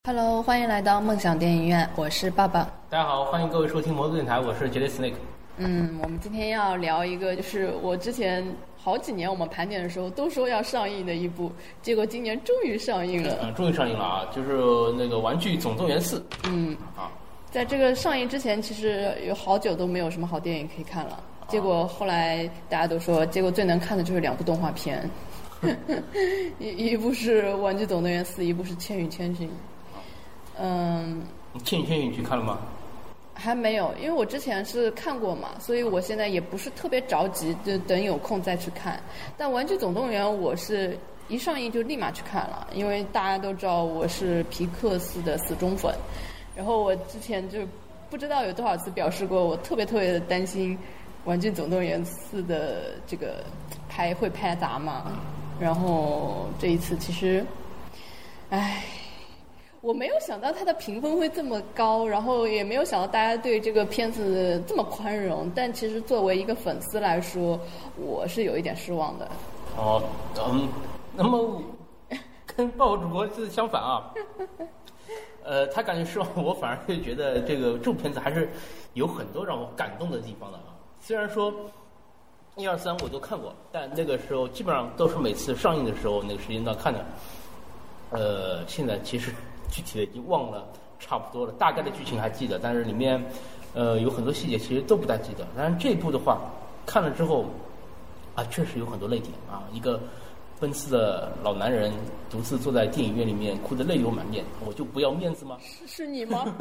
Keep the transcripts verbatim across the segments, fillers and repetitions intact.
Hello， 欢迎来到梦想电影院，我是爸爸。 大家好，欢迎各位收听摩托电台，我是杰雷 Snake。 嗯，我们今天要聊一个，就是我之前好几年我们盘点的时候都说要上映的一部，结果今年终于上映了。 嗯，终于上映了啊，就是那个《玩具总动员四》。 嗯，啊，在这个上映之前，其实有好久都没有什么好电影可以看了。结果后来大家都说，结果最能看的就是两部动画片，一一部是《玩具总动员四》，一部是《千与千寻》。嗯， 千与千寻你去看了吗？ 还没有，因为我之前是看过嘛，所以我现在也不是特别着急，就等有空再去看。但《玩具总动员》我是一上映就立马去看了，因为大家都知道我是皮克斯的死忠粉。然后我之前就不知道有多少次表示过，我特别特别的担心《玩具总动员四》的这个拍会拍砸嘛。然后这一次其实，唉。我没有想到它的评分会这么高，然后也没有想到大家对这个片子这么宽容。但其实作为一个粉丝来说，我是有一点失望的。 哦，嗯，那么跟报主播是相反啊。呃，他感觉失望，我反而会觉得这个这部片子还是有很多让我感动的地方的啊。虽然说一二三我都看过，但那个时候基本上都是每次上映的时候那个时间段看的。呃，现在其实。具体的已经忘了差不多了，大概的剧情还记得，但是里面呃有很多细节其实都不太记得。但是这部的话看了之后啊，确实有很多泪点啊，一个奔四的老男人独自坐在电影院里面哭得泪流满面，我就不要面子吗？ 是是你吗？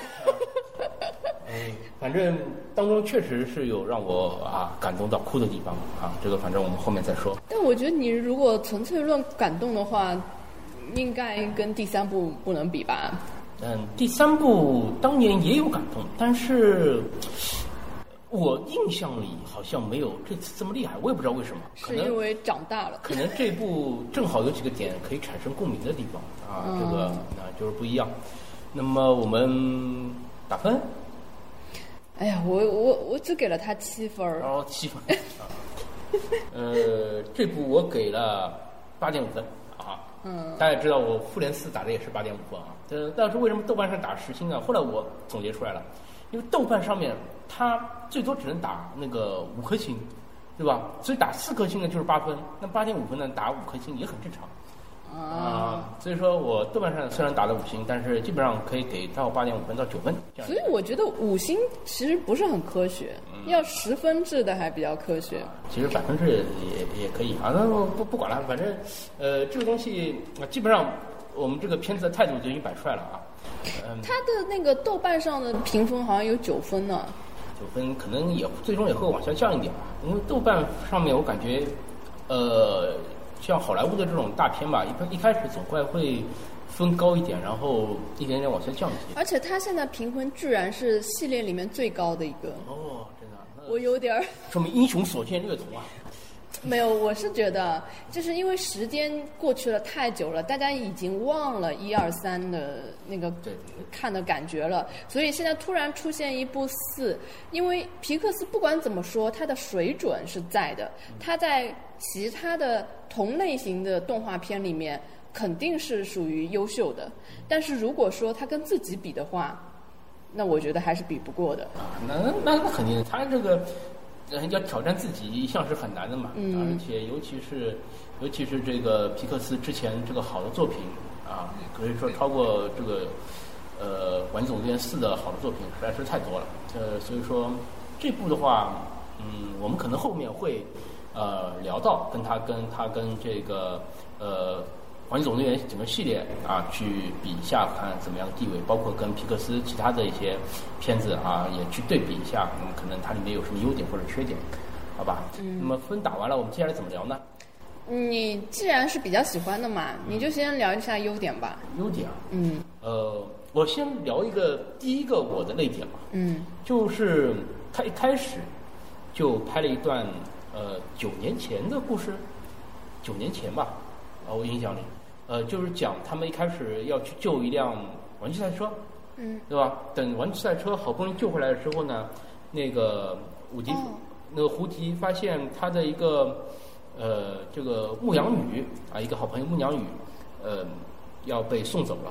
嗯，反正当中确实是有让我啊感动到哭的地方啊，这个反正我们后面再说。 但我觉得你如果纯粹论感动的话，应该跟第三部不能比吧？ 嗯，第三部当年也有感动，但是我印象里好像没有这次这么厉害，我也不知道为什么。 是因为长大了。 可能这部正好有几个点可以产生共鸣的地方啊， 嗯、 这个啊就是不一样。那么我们打分？ 哎呀，我我我只给了他七分。 哦，七分啊。呃，这部我给了八点五分。 嗯， 大家也知道我复联四打的也是八点五分啊。呃，但是为什么豆瓣上打十星呢？后来我总结出来了，因为豆瓣上面它最多只能打那个五颗星，对吧？所以打四颗星呢就是八分，那八点五分呢打五颗星也很正常。啊、呃，所以说我豆瓣上虽然打了五星，但是基本上可以给到八点五分到九分。 所以我觉得五星其实不是很科学，嗯、要十分制的还比较科学。 啊、其实百分制也也可以啊，那不不管了，反正呃这个东西基本上我们这个片子的态度就已经摆出来了啊。 嗯，它的那个豆瓣上的评分好像有九分呢。 九分可能也最终也会往下降一点吧，因为豆瓣上面我感觉呃。像好莱坞的这种大片吧，一一开始总会会分高一点，然后一点点往下降一些。 而且它现在评分居然是系列里面最高的一个。 哦，真的。 我有点儿。 说明英雄所见略同啊。 没有，我是觉得，就是因为时间过去了太久了，大家已经忘了一二三的那个看的感觉了，所以现在突然出现一部四，因为皮克斯不管怎么说，它的水准是在的，它在其他的同类型的动画片里面肯定是属于优秀的，但是如果说它跟自己比的话，那我觉得还是比不过的。 啊，那那那肯定，它这个。要挑战自己一向是很难的嘛， 嗯、 而且尤其是尤其是这个皮克斯之前这个好的作品啊，可以说超过这个呃《玩具总动员四》的好的作品实在是太多了。呃，所以说这部的话，嗯，我们可能后面会呃聊到跟他跟他跟这个呃。玩具总动员整个系列啊，去比一下看怎么样的地位，包括跟皮克斯其他的一些片子啊，也去对比一下，那么可能它里面有什么优点或者缺点，好吧？嗯。那么分打完了，我们接下来怎么聊呢？ 你既然是比较喜欢的嘛，嗯、你就先聊一下优点吧。 优点啊？ 嗯。 呃，我先聊一个第一个我的泪点吧。 嗯。 就是他一开始就拍了一段呃九年前的故事，九年前吧，啊，我印象里。呃，就是讲他们一开始要去救一辆玩具赛车， 嗯， 对吧？等玩具赛车好不容易救回来之后呢，那个武迪，哦、那个胡迪发现他的一个呃这个牧羊女啊，一个好朋友牧羊女，呃，要被送走了。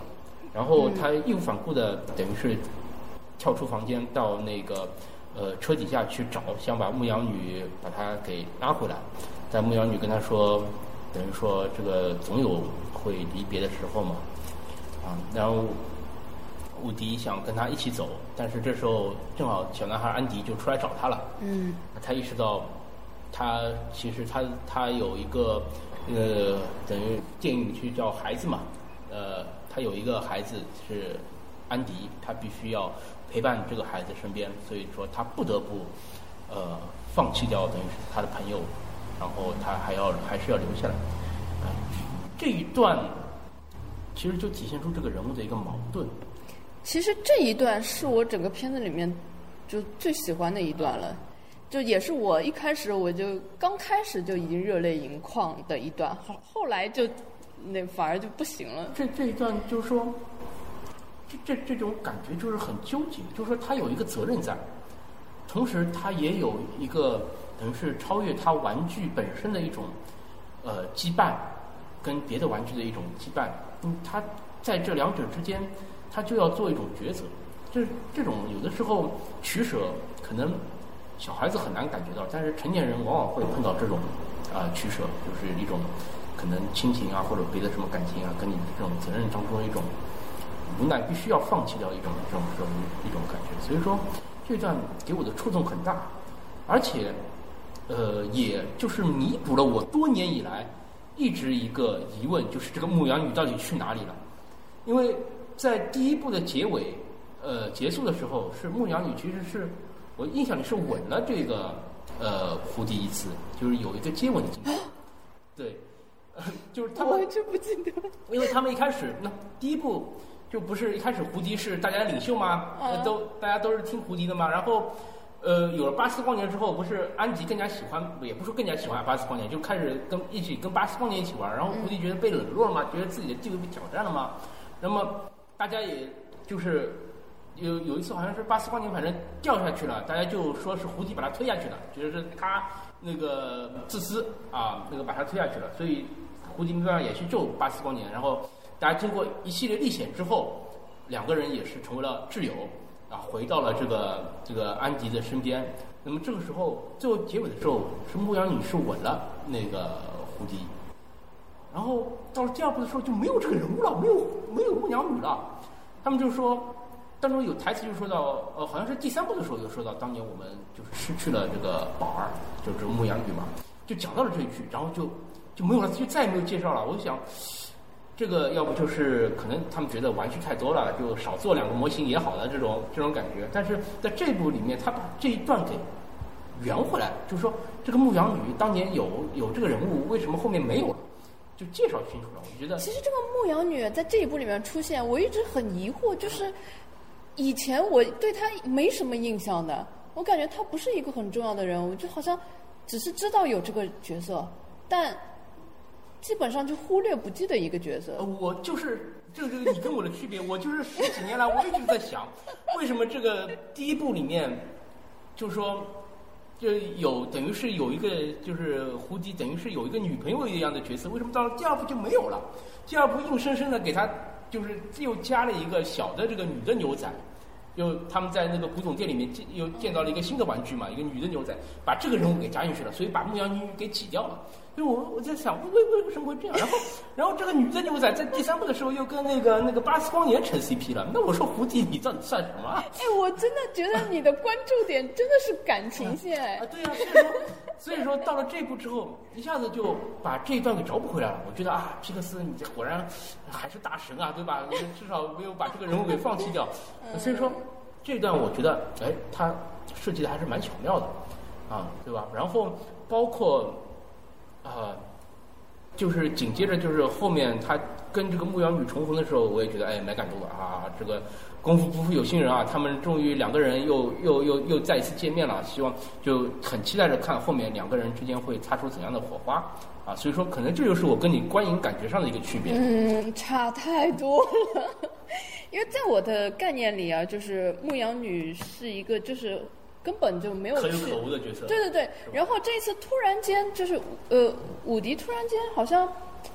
然后他义无反顾的等于是跳出房间到那个呃车底下去找，想把牧羊女把她给拉回来。但牧羊女跟他说，等于说这个总有会离别的时候嘛，啊，然后伍迪想跟他一起走，但是这时候正好小男孩安迪就出来找他了。 嗯， 他意识到他其实他他有一个呃等于电影里去叫孩子嘛，呃，他有一个孩子是安迪，他必须要陪伴这个孩子身边，所以说他不得不呃放弃掉等于是他的朋友。然后他还要还是要留下来，啊，这一段其实就体现出这个人物的一个矛盾。 其实这一段是我整个片子里面就最喜欢的一段了，就也是我一开始我就刚开始就已经热泪盈眶的一段，后后来就那反而就不行了。 这这一段就是说，这这这种感觉就是很纠结，就是说他有一个责任在，同时他也有一个。等于是超越他玩具本身的一种呃羁绊，跟别的玩具的一种羁绊。嗯，他在这两者之间，他就要做一种抉择。这这种有的时候取舍，可能小孩子很难感觉到，但是成年人往往会碰到这种啊、呃、取舍，就是一种可能亲情啊或者别的什么感情啊，跟你这种责任当中的一种无奈，必须要放弃掉一种这种这种一种感觉。所以说，这段给我的触动很大，而且。呃，也就是弥补了我多年以来一直一个疑问，就是这个牧羊女到底去哪里了？因为在第一部的结尾，呃，结束的时候，是牧羊女其实是我印象里是吻了这个呃胡迪一次，就是有一个接吻的镜头。对，呃，就是他们我完全不记得， 因为他们一开始那第一部就不是一开始胡迪是大家的领袖吗？ 嗯、 都大家都是听胡迪的嘛，然后。呃，有了巴斯光年之后，不是安迪更加喜欢，也不是更加喜欢巴斯光年，就开始跟一起跟巴斯光年一起玩。然后胡迪觉得被冷落了嘛，觉得自己的地位被挑战了嘛。那么大家也就是有有一次好像是巴斯光年反正掉下去了，大家就说是胡迪把他推下去了，觉得是他那个自私啊，那个把他推下去了。所以胡迪没办法也去救巴斯光年。然后大家经过一系列历险之后，两个人也是成为了挚友。啊，回到了这个这个安迪的身边。那么这个时候，最后结尾的时候，是牧羊女是吻了那个胡迪。然后到了第二部的时候，就没有这个人物了，没有没有牧羊女了。他们就说，当中有台词就说到，呃，好像是第三部的时候有说到，当年我们就是失去了这个宝儿，就是牧羊女嘛，就讲到了这一句，然后就就没有了，就再也没有介绍了。我就想。这个要不就是可能他们觉得玩具太多了，就少做两个模型也好了，这种这种感觉。但是在这部里面，他把这一段给圆回来，就是说这个牧羊女当年有有这个人物，为什么后面没有了？就介绍清楚了。我觉得其实这个牧羊女在这一部里面出现，我一直很疑惑，就是以前我对她没什么印象的，我感觉她不是一个很重要的人物，就好像只是知道有这个角色，但。基本上就忽略不计的一个角色。 呃，我就是这个这个你跟我的区别，我就是十几年来我一直在想，为什么这个第一部里面，就是说，就有等于是有一个就是胡迪等于是有一个女朋友一样的角色，为什么到了第二部就没有了？第二部硬生生的给他就是又加了一个小的这个女的牛仔。又他们在那个古董店里面见又见到了一个新的玩具嘛，一个女的牛仔，把这个人物给加进去了，所以把牧羊女给挤掉了。所以我我在想，为为为什么会这样？然后然后这个女的牛仔在第三部的时候又跟那个那个巴斯光年成 C P 了。那我说胡迪，你到底算什么？ 哎，我真的觉得你的关注点真的是感情线。 啊，对呀、啊，所以说所以说到了这部之后，一下子就把这一段给找补回来了。我觉得啊，皮克斯你这果然还是大神啊，对吧？你至少没有把这个人物给放弃掉。所以说这一段我觉得，哎，他设计的还是蛮巧妙的，啊，对吧？然后包括。啊、呃，就是紧接着就是后面他跟这个牧羊女重逢的时候，我也觉得哎蛮感动的啊。这个功夫不负有心人啊，他们终于两个人又又又又再一次见面了，希望就很期待着看后面两个人之间会擦出怎样的火花啊。所以说，可能这就是我跟你观影感觉上的一个区别。 嗯，差太多了。因为在我的概念里啊，就是牧羊女是一个就是根本就没有可有可无的角色。 对对对，然后这一次突然间就是呃，伍迪突然间好像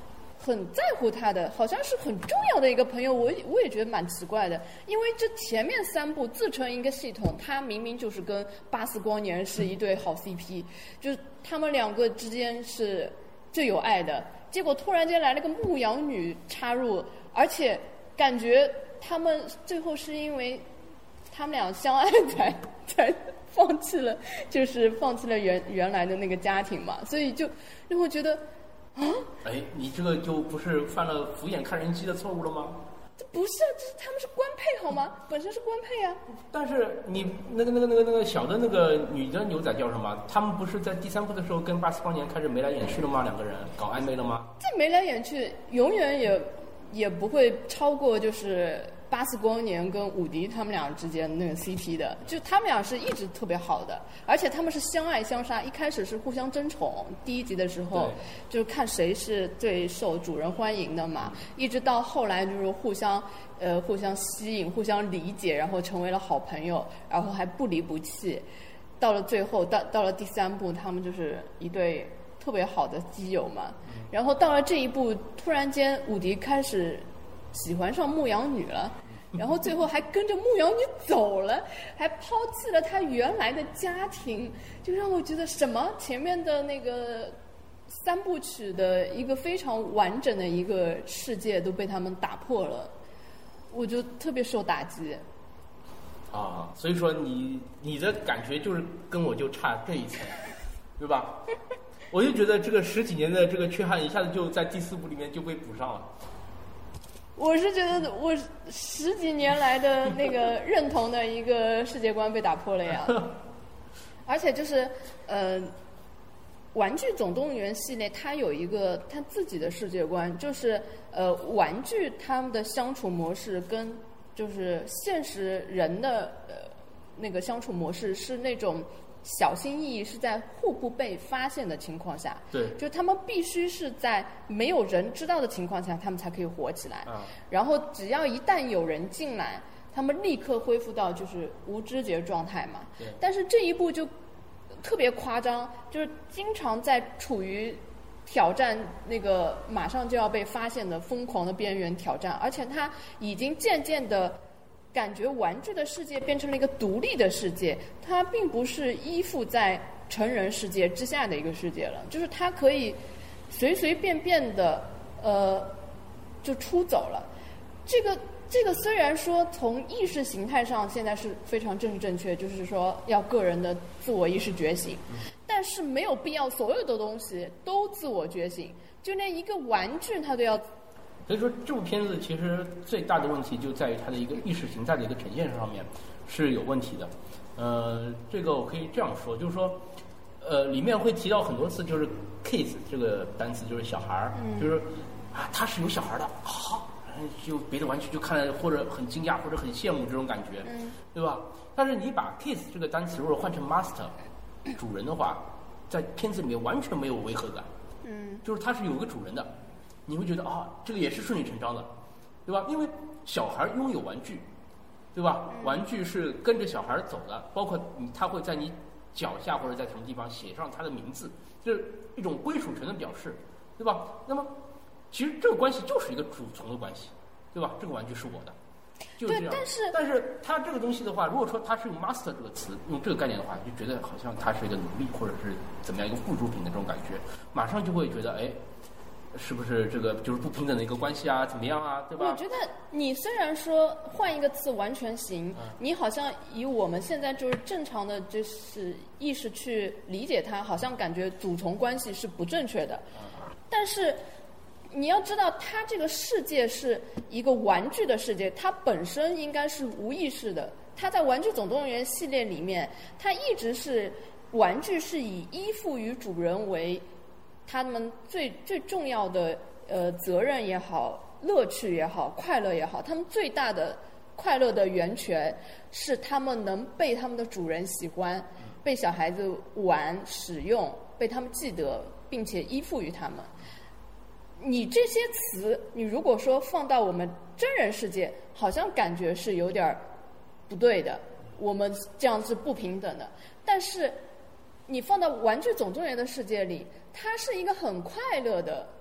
很在乎他的，好像是很重要的一个朋友，我我也觉得蛮奇怪的，因为这前面三部自成一个系统，他明明就是跟巴斯光年是一对好 C P，、嗯、就是他们两个之间是最有爱的，结果突然间来了个牧羊女插入，而且感觉他们最后是因为他们俩相爱才才放弃了，就是放弃了原原来的那个家庭嘛，所以就让我觉得。啊！ 哎，你这个就不是犯了俯眼看人机的错误了吗？ 这不是，这是他们是官配好吗？本身是官配啊。 但是你那个那个那个那个小的那个女的牛仔叫什么？他们不是在第三部的时候跟巴斯光年开始眉来眼去了吗？两个人搞暧昧了吗？ 这眉来眼去永远也也不会超过就是巴斯光年跟伍迪他们俩之间那个 C P 的，就他们俩是一直特别好的，而且他们是相爱相杀，一开始是互相争宠，第一集的时候就是看谁是最受主人欢迎的嘛，一直到后来就是互相呃互相吸引、互相理解，然后成为了好朋友，然后还不离不弃，到了最后到到了第三部，他们就是一对特别好的基友嘛，然后到了这一部，突然间伍迪开始喜欢上牧羊女了。然后最后还跟着牧羊女走了，还抛弃了他原来的家庭，就让我觉得什么前面的那个三部曲的一个非常完整的一个世界都被他们打破了，我就特别受打击。 啊，所以说你你的感觉就是跟我就差这一层，对吧？我就觉得这个十几年的这个缺憾一下子就在第四部里面就被补上了。 我是觉得我十几年来的那个认同的一个世界观被打破了呀，而且就是呃，玩具总动员系列它有一个它自己的世界观，就是呃，玩具他们的相处模式跟就是现实人的呃那个相处模式是那种。小心翼翼是在互不被发现的情况下， 对， 就他们必须是在没有人知道的情况下，他们才可以活起来。 啊， 然后只要一旦有人进来，他们立刻恢复到就是无知觉状态嘛。 对。 但是这一步就特别夸张，就是经常在处于挑战那个马上就要被发现的疯狂的边缘挑战，而且他已经渐渐的。感觉玩具的世界变成了一个独立的世界，它并不是依附在成人世界之下的一个世界了，就是它可以随随便便的呃就出走了。这个这个虽然说从意识形态上现在是非常政治正确，就是说要个人的自我意识觉醒，但是没有必要所有的东西都自我觉醒，就连一个玩具它都要。 所以说这部片子其实最大的问题就在于它的一个意识形态的一个呈现上面是有问题的。呃，这个我可以这样说，就是说，呃，里面会提到很多次，就是 kids 这个单词，就是小孩儿，嗯、就是啊，他是有小孩的，好、啊，就别的玩具就看了或者很惊讶或者很羡慕这种感觉，嗯、对吧？但是你把 kids 这个单词如果换成 master 主人的话，在片子里面完全没有违和感，嗯，就是他是有个主人的。你会觉得啊，这个也是顺理成章的，对吧？因为小孩拥有玩具，对吧？玩具是跟着小孩走的，包括你，他会在你脚下或者在什么地方写上他的名字，就是一种归属权的表示，对吧？那么，其实这个关系就是一个主从的关系，对吧？这个玩具是我的，就是这样。 但是， 但是它这个东西的话，如果说它是用 master 这个词，用这个概念的话，就觉得好像它是一个奴隶或者是怎么样一个附属品的这种感觉，马上就会觉得，哎。是不是这个就是不平等的一个关系啊？怎么样啊？对吧？ 我觉得你虽然说换一个词完全行，嗯、你好像以我们现在就是正常的就是意识去理解它，好像感觉主从关系是不正确的。嗯、但是你要知道，它这个世界是一个玩具的世界，它本身应该是无意识的。它在《玩具总动员》系列里面，它一直是玩具是以依附于主人为。他们最最重要的呃责任也好，乐趣也好，快乐也好，他们最大的快乐的源泉是他们能被他们的主人喜欢，被小孩子玩使用，被他们记得，并且依附于他们。你这些词，你如果说放到我们真人世界，好像感觉是有点不对的，我们这样是不平等的。但是你放到《玩具总动员》的世界里，它是一个很快乐的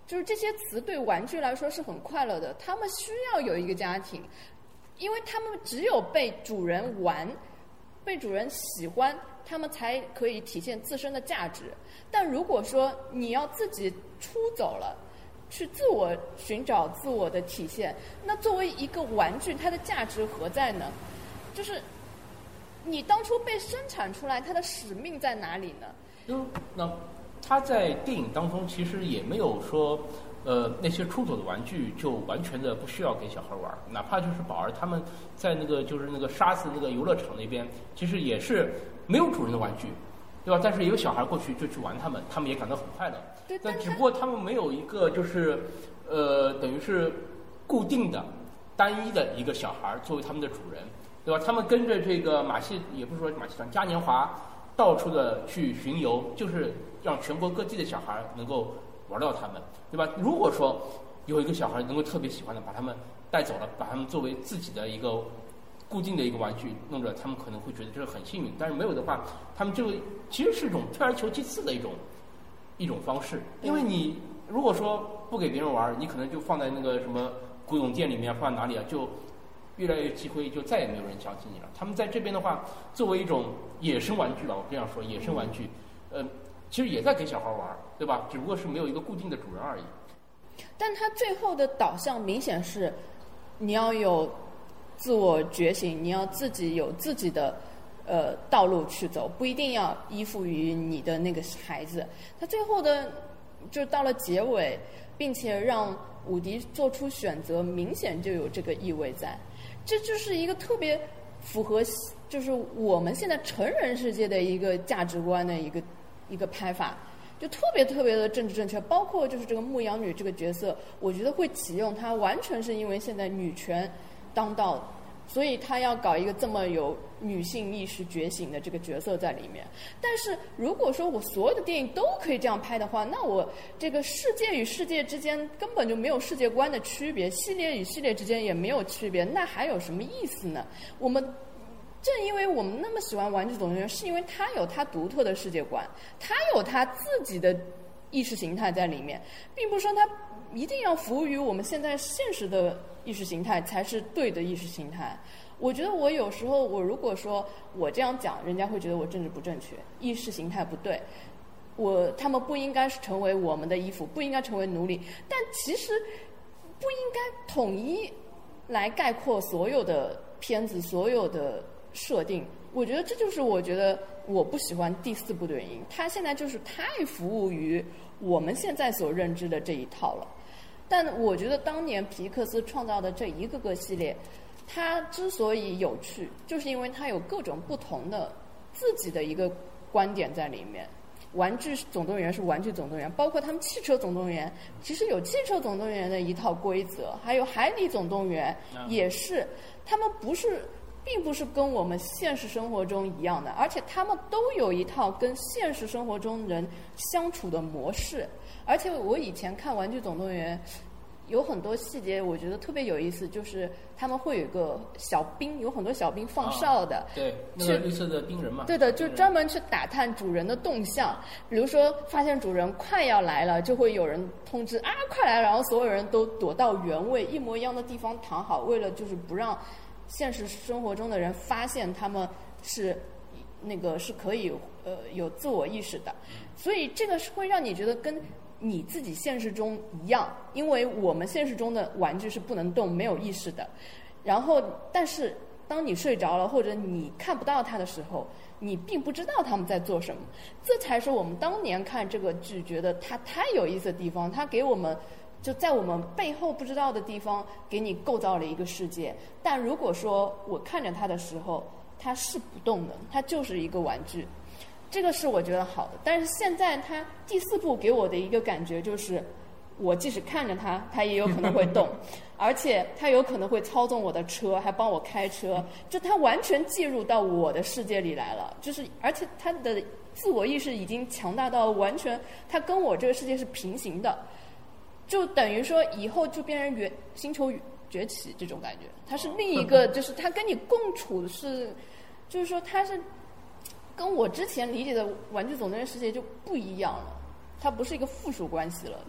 就是这些词对玩具来说是很快乐的，他们需要有一个家庭，因为他们只有被主人玩，被主人喜欢，他们才可以体现自身的价值。但如果说你要自己出走了，去自我寻找自我的体现，那作为一个玩具，它的价值何在呢？就是你当初被生产出来，它的使命在哪里呢？ 嗯，那他在电影当中其实也没有说，呃，那些出走的玩具就完全的不需要给小孩玩，哪怕就是宝儿他们在那个就是那个沙子那个游乐场那边，其实也是没有主人的玩具，对吧？但是有小孩过去就去玩他们，他们也感到很快乐。 对， 但只不过他们没有一个就是，呃，等于是固定的、单一的一个小孩作为他们的主人，对吧？他们跟着这个马戏，也不是说马戏团，嘉年华到处的去巡游，就是让全国各地的小孩能够玩到他们，对吧？如果说有一个小孩能够特别喜欢的，把他们带走了，把他们作为自己的一个固定的一个玩具弄着，他们可能会觉得这是很幸运。但是没有的话，他们就其实是一种退而求其次的一种一种方式。因为你如果说不给别人玩，你可能就放在那个什么古董店里面，放在哪里啊，就越来越积灰，就再也没有人想起你了。他们在这边的话，作为一种野生玩具吧，我这样说，野生玩具，呃，其实也在给小孩玩，对吧？只不过是没有一个固定的主人而已。 但它最后的导向明显是，你要有自我觉醒，你要自己有自己的呃道路去走，不一定要依附于你的那个孩子。他最后的就到了结尾，并且让伍迪做出选择，明显就有这个意味在。这就是一个特别符合就是我们现在成人世界的一个价值观的一个一个拍法，就特别特别的政治正确。包括就是这个牧羊女这个角色，我觉得会启用她，完全是因为现在女权当道，所以她要搞一个这么有女性意识觉醒的这个角色在里面。但是如果说我所有的电影都可以这样拍的话，那我这个世界与世界之间根本就没有世界观的区别，系列与系列之间也没有区别，那还有什么意思呢？我们正因为我们那么喜欢玩具总动员，是因为它有它独特的世界观，它有它自己的意识形态在里面，并不是说它一定要服务于我们现在现实的意识形态才是对的意识形态。我觉得我有时候我如果说我这样讲，人家会觉得我政治不正确，意识形态不对，我他们不应该是成为我们的衣服，不应该成为奴隶。但其实不应该统一来概括所有的片子，所有的设定。我觉得这就是我觉得我不喜欢第四部的原因，它现在就是太服务于我们现在所认知的这一套了。但我觉得当年皮克斯创造的这一个个系列，它之所以有趣，就是因为它有各种不同的自己的一个观点在里面。玩具总动员是玩具总动员，包括他们汽车总动员其实有汽车总动员的一套规则，还有海底总动员也是，他们不是并不是跟我们现实生活中一样的，而且他们都有一套跟现实生活中人相处的模式。而且我以前看玩具总动员有很多细节我觉得特别有意思，就是他们会有一个小兵，有很多小兵放哨的、啊、 对，那个绿色的兵人嘛， 对的，就专门去打探主人的动向。比如说发现主人快要来了，就会有人通知啊快来了，然后所有人都躲到原位一模一样的地方躺好，为了就是不让现实生活中的人发现他们是那个是可以呃有自我意识的。所以这个是会让你觉得跟你自己现实中一样，因为我们现实中的玩具是不能动没有意识的。然后但是当你睡着了或者你看不到它的时候，你并不知道他们在做什么。这才是我们当年看这个剧觉得它太有意思的地方，它给我们就在我们背后不知道的地方给你构造了一个世界。但如果说我看着它的时候它是不动的，它就是一个玩具，这个是我觉得好的。但是现在它第四部给我的一个感觉就是，我即使看着它，它也有可能会动，而且它有可能会操纵我的车，还帮我开车，就它完全介入到我的世界里来了。就是而且它的自我意识已经强大到完全，它跟我这个世界是平行的，就等于说以后就变成原星球崛起这种感觉。它是另一个，就是它跟你共处的是，就是说它是。跟我之前理解的玩具总动员世界就不一样了，它不是一个附属关系了。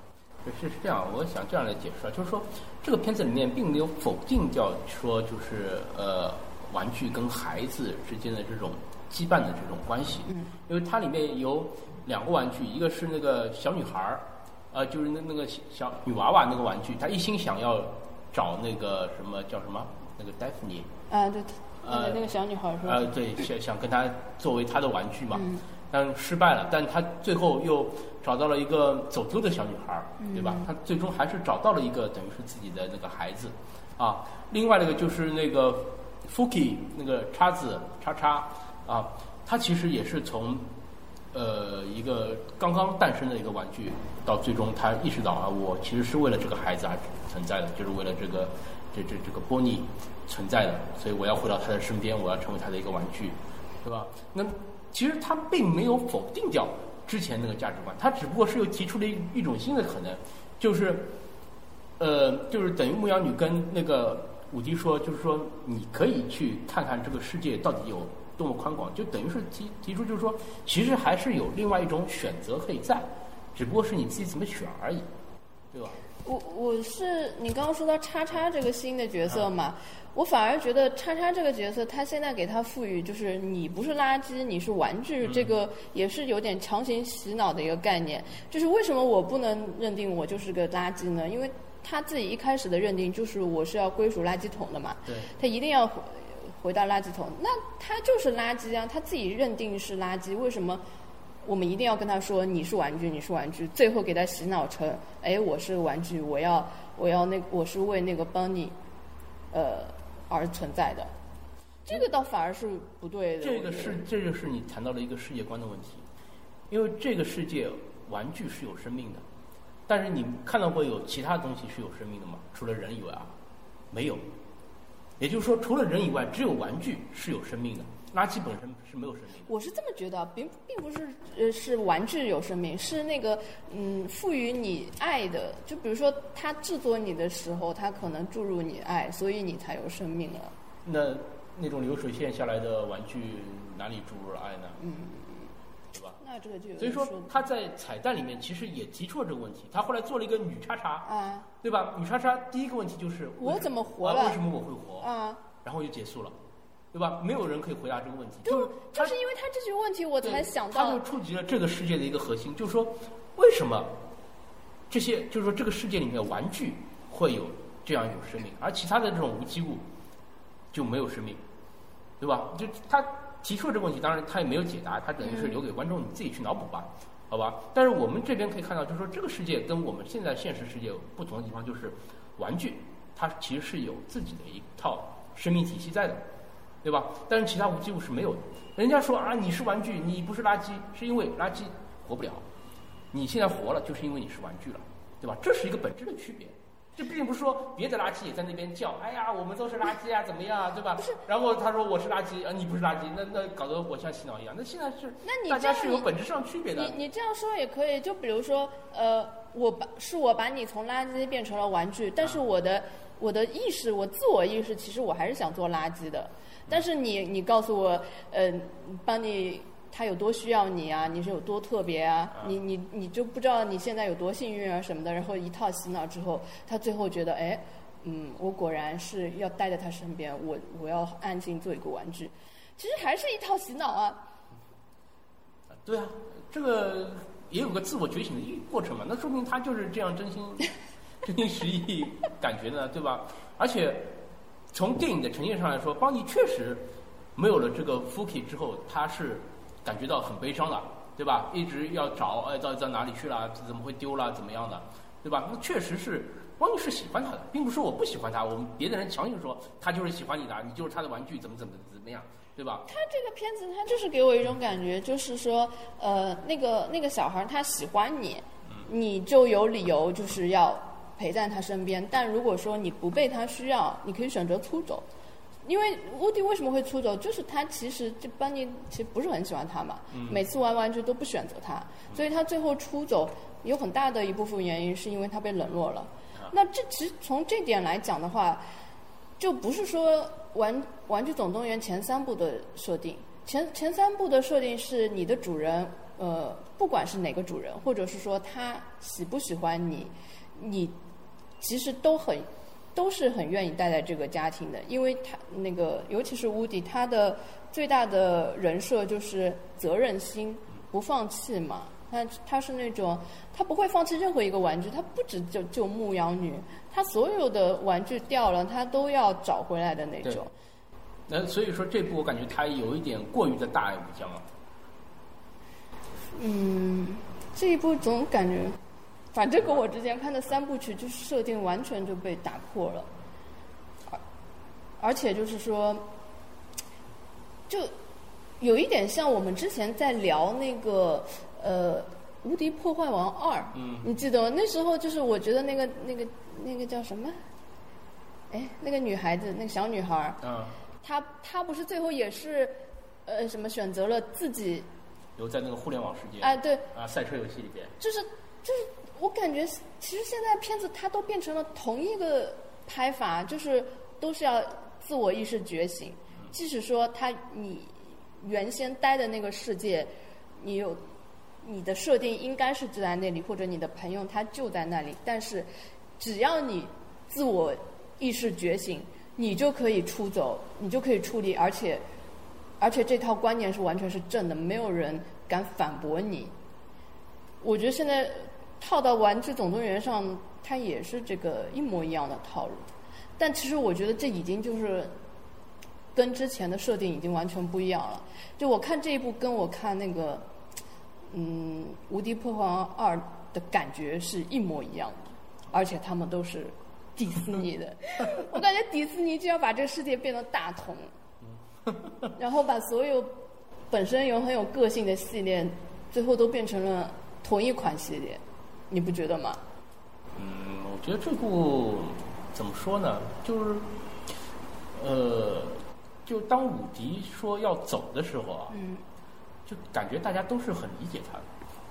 是是这样，我想这样来解释啊，就是说这个片子里面并没有否定掉说就是呃玩具跟孩子之间的这种羁绊的这种关系， 嗯， 因为它里面有两个玩具，一个是那个小女孩儿，呃，就是那那个小女娃娃那个玩具，她一心想要找那个什么叫什么那个戴芙妮啊，对，那个、 呃、 那个小女孩说， 呃，对，想想跟她作为她的玩具嘛。 嗯， 但失败了，但他最后又找到了一个走丢的小女孩，对吧？他最终还是找到了一个等于是自己的那个孩子，啊，另外那个就是那个 Fuki 那个叉子叉叉啊，他其实也是从呃一个刚刚诞生的一个玩具，到最终他意识到啊，我其实是为了这个孩子而存在的，就是为了这个这这这个波尼存在的，所以我要回到他的身边，我要成为他的一个玩具，对吧？那其实他并没有否定掉之前那个价值观，他只不过是又提出了一一种新的可能，就是，呃，就是等于牧羊女跟那个伍迪说，就是说你可以去看看这个世界到底有多么宽广，就等于是提提出就是说，其实还是有另外一种选择可以在，只不过是你自己怎么选而已，对吧？ 我我是你刚刚说到叉叉这个新的角色嘛。 啊， 我反而觉得叉叉这个角色，他现在给他赋予就是你不是垃圾，你是玩具， 嗯、 这个也是有点强行洗脑的一个概念。就是为什么我不能认定我就是个垃圾呢？因为他自己一开始的认定就是我是要归属垃圾桶的嘛， 对， 他一定要回回到垃圾桶，那他就是垃圾啊，他自己认定是垃圾，为什么我们一定要跟他说你是玩具，你是玩具，最后给他洗脑成，哎，我是玩具，我要我要那我是为那个帮你，呃。而存在的，这个倒反而是不对的。 这个是，这就是你谈到了一个世界观的问题，因为这个世界玩具是有生命的，但是你看到过有其他东西是有生命的吗？除了人以外啊，没有。也就是说，除了人以外，只有玩具是有生命的，垃圾本身是没有生命的。 我是这么觉得，并并不是呃是玩具有生命，是那个嗯赋予你爱的。就比如说，他制作你的时候，他可能注入你爱，所以你才有生命了。 那那种流水线下来的玩具哪里注入了爱呢？ 嗯， 对吧？ 那这个就有所以说他在彩蛋里面其实也提出了这个问题，他后来做了一个女叉叉啊， 对吧？女叉叉第一个问题就是我怎么活了？ 啊、为什么我会活啊？ 然后就结束了。对吧？没有人可以回答这个问题。 就就是因为他这句问题，我才想到。 他就触及了这个世界的一个核心，就是说，为什么这些，就是说这个世界里面玩具会有这样有生命，而其他的这种无机物就没有生命，对吧？就他提出了这个问题，当然他也没有解答，他等于是留给观众你自己去脑补吧，嗯、好吧？但是我们这边可以看到，就是说这个世界跟我们现在现实世界不同的地方，就是玩具它其实是有自己的一套生命体系在的。对吧？但是其他无机物是没有的。人家说啊，你是玩具，你不是垃圾，是因为垃圾活不了。你现在活了，就是因为你是玩具了，对吧？这是一个本质的区别。这并不是说别的垃圾也在那边叫，哎呀，我们都是垃圾啊，怎么样啊，对吧？然后他说我是垃圾，啊，你不是垃圾，那那搞得我像洗脑一样。那现在是， 那你大家是有本质上区别的。 你你这样说也可以，就比如说，呃，我把是我把你从垃圾变成了玩具，但是我的、啊、我的意识，我自我意识，其实我还是想做垃圾的。但是你你告诉我，呃，帮你他有多需要你啊，你是有多特别啊，啊你你你就不知道你现在有多幸运啊什么的，然后一套洗脑之后，他最后觉得，哎，嗯，我果然是要待在他身边，我我要安静做一个玩具，其实还是一套洗脑啊。 对啊，这个也有个自我觉醒的过程嘛，那说明他就是这样真心真心实意感觉的，对吧？而且。从电影的呈现上来说，邦尼确实没有了这个 Fuki 之后，他是感觉到很悲伤的，对吧？一直要找，哎，到底到哪里去了？怎么会丢了？怎么样的，对吧？那确实是邦尼是喜欢他的，并不是我不喜欢他，我们别的人强行说他就是喜欢你的，你就是他的玩具，怎么怎么怎么样，对吧？ 他这个片子，他就是给我一种感觉，就是说，呃，那个那个小孩他喜欢你，你就有理由就是要陪在他身边，但如果说你不被他需要，你可以选择出走。因为乌迪为什么会出走，就是他其实这班尼其实不是很喜欢他嘛， 嗯、 每次玩玩具都不选择他，所以他最后出走有很大的一部分原因是因为他被冷落了。 啊、 那这其实从这点来讲的话，就不是说玩玩具总动员前三部的设定，前前三部的设定是你的主人，呃，不管是哪个主人，或者是说他喜不喜欢你。 你其实都很都是很愿意待在这个家庭的，因为他那个尤其是乌迪，他的最大的人设就是责任心，不放弃嘛。他他是那种他不会放弃任何一个玩具，他不止就救牧羊女，他所有的玩具掉了他都要找回来的那种。 那所以说这部我感觉他有一点过于的大爱无疆了。 嗯，这一部总感觉，反正跟我之前看的三部曲就是设定完全就被打破了，而而且就是说，就有一点像我们之前在聊那个呃《无敌破坏王二》， 嗯， 你记得吗？那时候就是我觉得那个那个那个叫什么？哎，那个女孩子，那个小女孩， 嗯， 她她不是最后也是呃什么选择了自己。 留在那个互联网世界， 哎，对， 啊，赛车游戏里边， 就是就是，我感觉其实现在片子它都变成了同一个拍法，就是都是要自我意识觉醒。即使说他你原先待的那个世界，你有你的设定应该是就在那里，或者你的朋友他就在那里，但是只要你自我意识觉醒，你就可以出走，你就可以处理，而且。而且这套观念是完全是正的，没有人敢反驳你。我觉得现在套到《玩具总动员》上，它也是这个一模一样的套路。但其实我觉得这已经就是跟之前的设定已经完全不一样了。就我看这一部，跟我看那个嗯《无敌破坏王二》的感觉是一模一样的，而且他们都是迪士尼的。我感觉迪士尼就要把这个世界变得大同。然后把所有本身有很有个性的系列，最后都变成了同一款系列，你不觉得吗？ 嗯，我觉得这部怎么说呢？就是，呃，就当伍迪说要走的时候啊， 嗯， 就感觉大家都是很理解他的。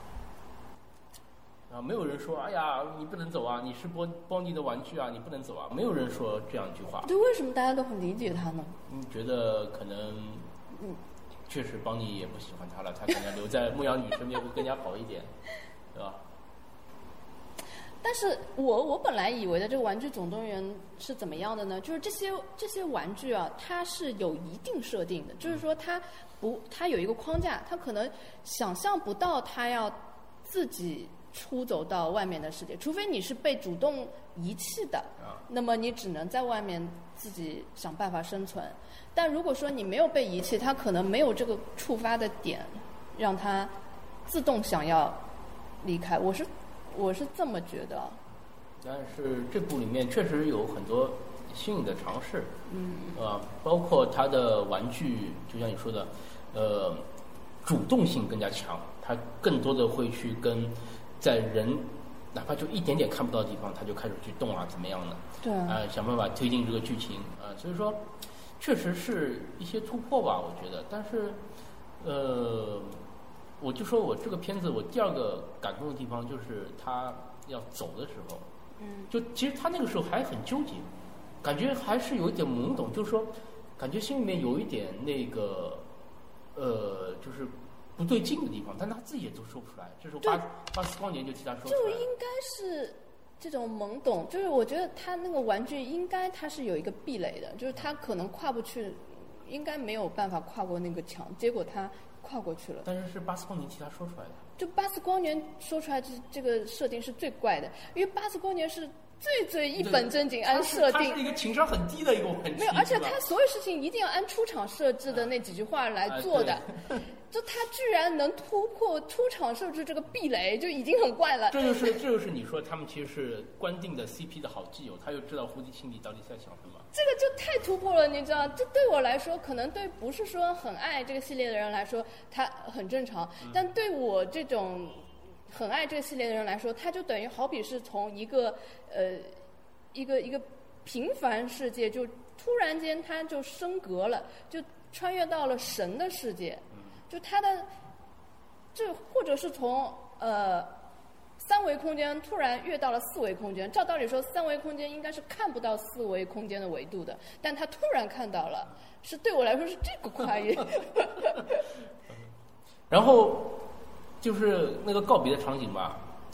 啊，没有人说，哎呀，你不能走啊，你是波邦尼的玩具啊，你不能走啊，没有人说这样一句话。 对，为什么大家都很理解他呢？ 你觉得可能，嗯，确实邦尼也不喜欢他了，他可能留在牧羊女身边会更加好一点，对吧？ 但是我我本来以为的这个《玩具总动员》是怎么样的呢？就是这些这些玩具啊，它是有一定设定的，就是说它不，它有一个框架，它可能想象不到它要自己出走到外面的世界，除非你是被主动遗弃的，那么你只能在外面自己想办法生存。但如果说你没有被遗弃，它可能没有这个触发的点，让它自动想要离开。我是我是这么觉得。 但是这部里面确实有很多新颖的尝试， 嗯， 啊，包括它的玩具，就像你说的，呃，主动性更加强，它更多的会去跟在人哪怕就一点点看不到的地方，他就开始去动啊，怎么样的？ 对啊， 呃，想办法推进这个剧情啊、呃，所以说，确实是一些突破吧，我觉得。但是，呃，我就说我这个片子，我第二个感动的地方就是他要走的时候， 嗯， 就其实他那个时候还很纠结，感觉还是有一点懵懂，就是说，感觉心里面有一点那个，呃，就是。不对劲的地方，但他自己也都说不出来。这时候巴巴斯光年就替他说出来了。 就应该是这种懵懂，就是我觉得他那个玩具应该他是有一个壁垒的，就是他可能跨不去，应该没有办法跨过那个墙，结果他跨过去了。 但是是巴斯光年替他说出来的。 就巴斯光年说出来这这个设定是最怪的，因为巴斯光年是最最一本正经按设定， 他是一个情商很低的一个玩具。 没有，而且他所有事情一定要按出厂设置的那几句话来做的。 啊就他居然能突破出厂设置这个壁垒，就已经很怪了。 这就是这就是你说他们其实是官定的 C P 的好基友，他就知道胡迪心里到底在想什么。 这个就太突破了，你知道？这对我来说，可能对不是说很爱这个系列的人来说，他很正常； 嗯、 但对我这种很爱这个系列的人来说，他就等于好比是从一个呃一个一个平凡世界，就突然间他就升格了，就穿越到了神的世界。就它的，就或者是从呃三维空间突然跃到了四维空间，照道理说三维空间应该是看不到四维空间的维度的，但它突然看到了，是对我来说是这个跨越。 然后就是那个告别的场景吧，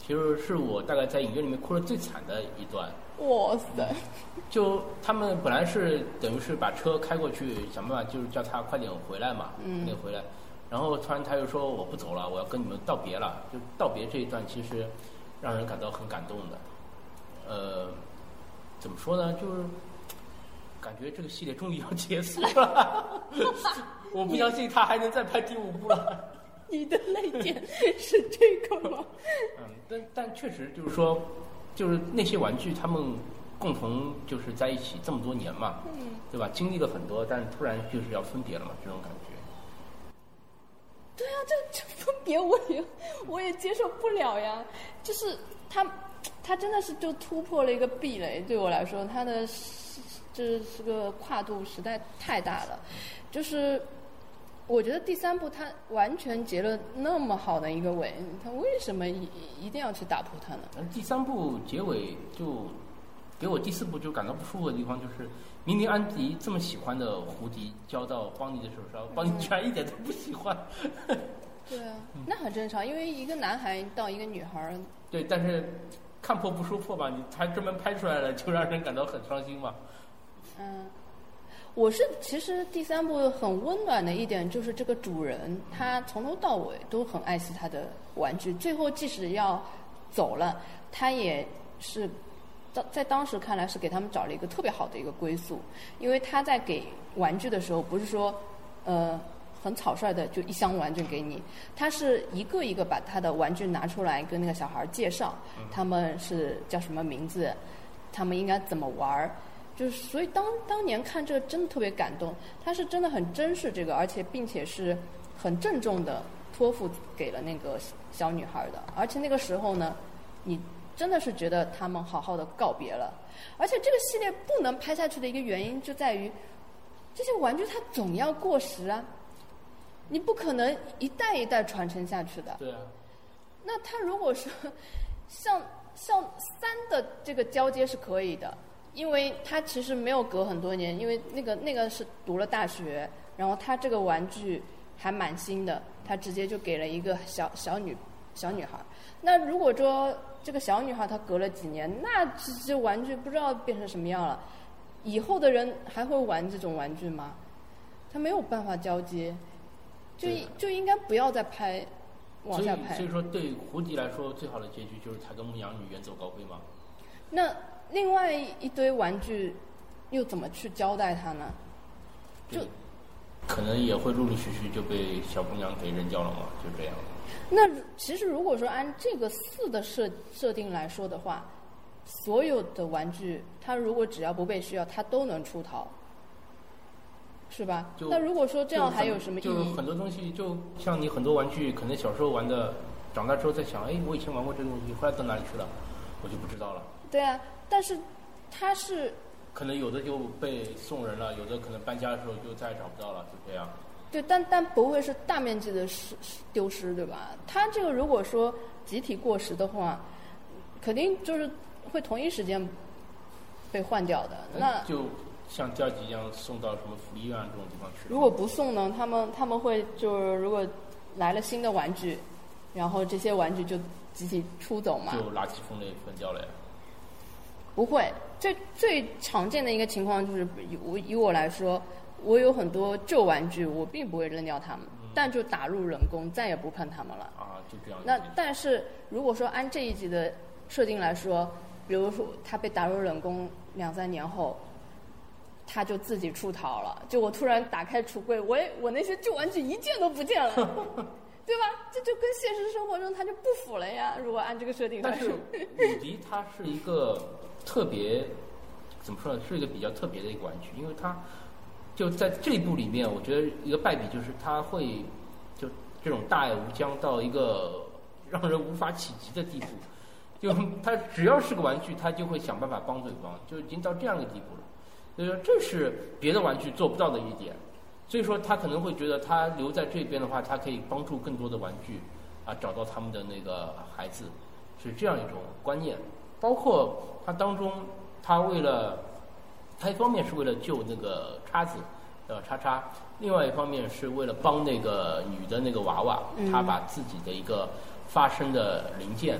其实是我大概在影院里面哭得最惨的一段。 哇塞！ 就他们本来是等于是把车开过去，想办法就是叫他快点回来嘛， 嗯， 快点回来。然后突然他又说我不走了，我要跟你们道别了。就道别这一段，其实让人感到很感动的。呃，怎么说呢？就是感觉这个系列终于要结束了。我不相信他还能再拍第五部了。 你的泪点是这个吗？ 嗯，但但确实就是说，就是那些玩具他们共同就是在一起这么多年嘛， 嗯， 对吧？经历了很多，但突然就是要分别了嘛，这种感觉。 对啊，这这分别我也我也接受不了呀。就是他他真的是就突破了一个壁垒，对我来说，他的这是个跨度实在太大了。就是我觉得第三部他完全结了那么好的一个尾，他为什么一一定要去打破它呢？ 第三部结尾就给我第四部就感到不舒服的地方，就是明明安迪这么喜欢的胡迪交到邦尼的手上，邦尼居然一点都不喜欢。 对啊，那很正常，因为一个男孩到一个女孩。 对，但是看破不说破吧，你他专门拍出来了，就让人感到很伤心嘛。 嗯。我是其实第三部很温暖的一点就是这个主人他从头到尾都很爱惜他的玩具，最后即使要走了，他也是在当时看来是给他们找了一个特别好的一个归宿。因为他在给玩具的时候不是说呃很草率的就一箱玩具给你，他是一个一个把他的玩具拿出来跟那个小孩介绍，他们是叫什么名字，他们应该怎么玩。就是所以当当年看这个真的特别感动，他是真的很珍视这个，而且并且是很郑重的托付给了那个小女孩的。而且那个时候呢，你真的是觉得他们好好的告别了。而且这个系列不能拍下去的一个原因就在于，这些玩具它总要过时啊，你不可能一代一代传承下去的。 对啊。 那他如果说像像三的这个交接是可以的。因为他其实没有隔很多年，因为那个那个是读了大学，然后他这个玩具还蛮新的，他直接就给了一个小小女小女孩。那如果说这个小女孩她隔了几年，那这这玩具不知道变成什么样了，以后的人还会玩这种玩具吗？他没有办法交接，就就应该不要再拍，往下拍。 所以，所以说对胡迪来说，最好的结局就是他跟牧羊女远走高飞嘛。 那另外一堆玩具又怎么去交代它呢？就可能也会陆陆续续就被小姑娘给扔掉了嘛，就这样。 那其实如果说按这个四的设设定来说的话，所有的玩具它如果只要不被需要，它都能出逃，是吧？那如果说这样还有什么意义？ 就很多东西，就像你很多玩具，可能小时候玩的，长大之后再想，哎，我以前玩过这个东西，后来到哪里去了，我就不知道了。 对啊，但是它是可能有的就被送人了，有的可能搬家的时候就再也找不到了，就这样。 对，但但不会是大面积的失丢失，对吧？它这个如果说集体过时的话，肯定就是会同一时间被换掉的。那就像第二集一样送到什么福利院这种地方去。 如果不送呢，他们他们会就是如果来了新的玩具，然后这些玩具就集体出走嘛？ 就垃圾分类分掉了呀。 不会，最最常见的一个情况就是以我以我来说，我有很多旧玩具，我并不会扔掉它们，嗯、但就打入冷宫，再也不碰它们了。 啊，就这样。 那但是如果说按这一集的设定来说，比如说它被打入冷宫两三年后，它就自己出逃了。就我突然打开橱柜，我我那些旧玩具一件都不见了。对吧？这就跟现实生活中它就不符了呀。如果按这个设定来说， 但是鲁迪它是一个特别，怎么说呢？是一个比较特别的一个玩具，因为它就在这一部里面，我觉得一个败笔就是它会就这种大爱无疆到一个让人无法企及的地步。就它只要是个玩具，它就会想办法帮对方，就已经到这样的地步了。所以说，这是别的玩具做不到的一点。所以说他可能会觉得他留在这边的话，他可以帮助更多的玩具啊找到他们的那个孩子，是这样一种观念。包括他当中，他为了他一方面是为了救那个叉子呃叉叉，另外一方面是为了帮那个女的那个娃娃，他把自己的一个发声的零件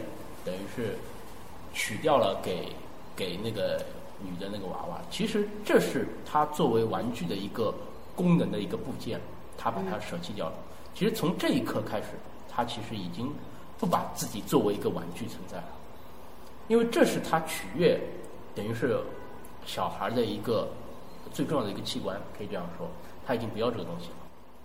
等于是取掉了给给那个女的那个娃娃。其实这是他作为玩具的一个功能的一个部件，他把它舍弃掉了。其实从这一刻开始，他其实已经不把自己作为一个玩具存在了，因为这是他取悦，等于是小孩的一个最重要的一个器官，可以这样说，他已经不要这个东西了。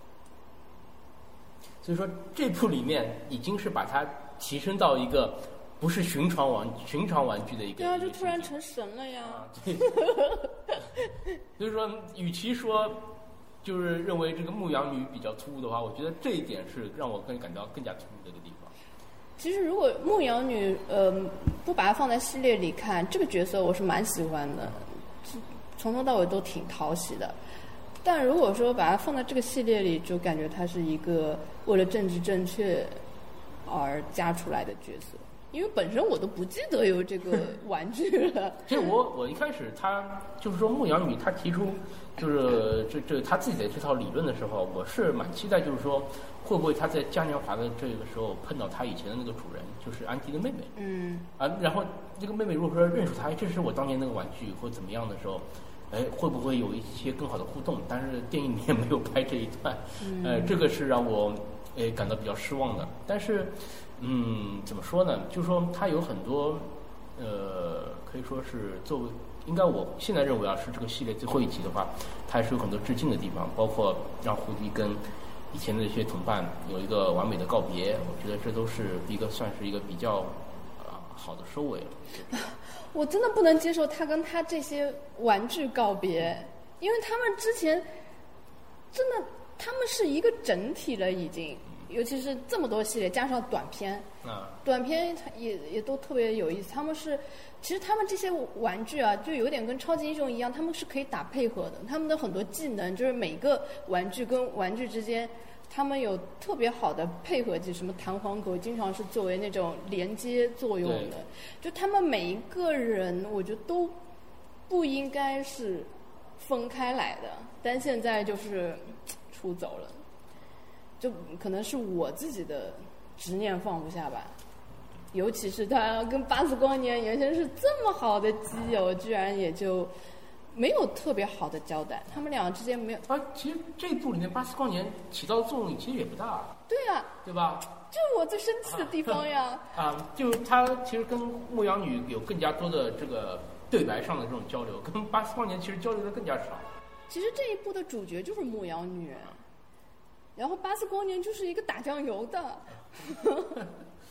所以说这部里面已经是把它提升到一个不是寻常玩寻常玩具的一个。 对啊，就突然成神了呀！ 啊、对所以说，与其说就是认为这个牧羊女比较突兀的话，我觉得这一点是让我更感到更加突兀的一个地方。 其实，如果牧羊女呃不把它放在系列里看，这个角色我是蛮喜欢的，从头到尾都挺讨喜的。但如果说把它放在这个系列里，就感觉它是一个为了政治正确而加出来的角色，因为本身我都不记得有这个玩具了。 其实我我一开始他就是说牧羊女，他提出就是这这他自己的这套理论的时候，我是蛮期待，就是说会不会他在嘉年华的这个时候碰到他以前的那个主人，就是安迪的妹妹。 嗯。 啊，然后这个妹妹如果说认出他，这是我当年那个玩具或怎么样的时候。哎，会不会有一些更好的互动？但是电影里面没有拍这一段， 嗯、 呃，这个是让我哎感到比较失望的。但是，嗯，怎么说呢？就是说它有很多，呃，可以说是作为，应该我现在认为啊，是这个系列最后一集的话，它还是有很多致敬的地方，包括让胡迪跟以前的一些同伴有一个完美的告别。我觉得这都是一个算是一个比较啊、呃、好的收尾了。 我真的不能接受他跟他这些玩具告别，因为他们之前真的他们是一个整体了已经，尤其是这么多系列加上短片， 啊， 短片也也都特别有意思。他们是其实他们这些玩具啊，就有点跟超级英雄一样，他们是可以打配合的。他们的很多技能就是每个玩具跟玩具之间。他们有特别好的配合技，什么弹簧狗经常是作为那种连接作用的。就他们每一个人，我觉得都不应该是分开来的，但现在就是出走了，就可能是我自己的执念放不下吧。尤其是他跟巴斯光年原先是这么好的基友，居然也就。没有特别好的交代，他们俩之间没有。 啊，其实这一部里面巴斯光年起到的作用其实也不大。 对啊， 对吧？ 就是我最生气的地方呀。 啊，啊就他其实跟牧羊女有更加多的这个对白上的这种交流，跟巴斯光年其实交流的更加少。 其实这一部的主角就是牧羊女，然后巴斯光年就是一个打酱油的。 嗯，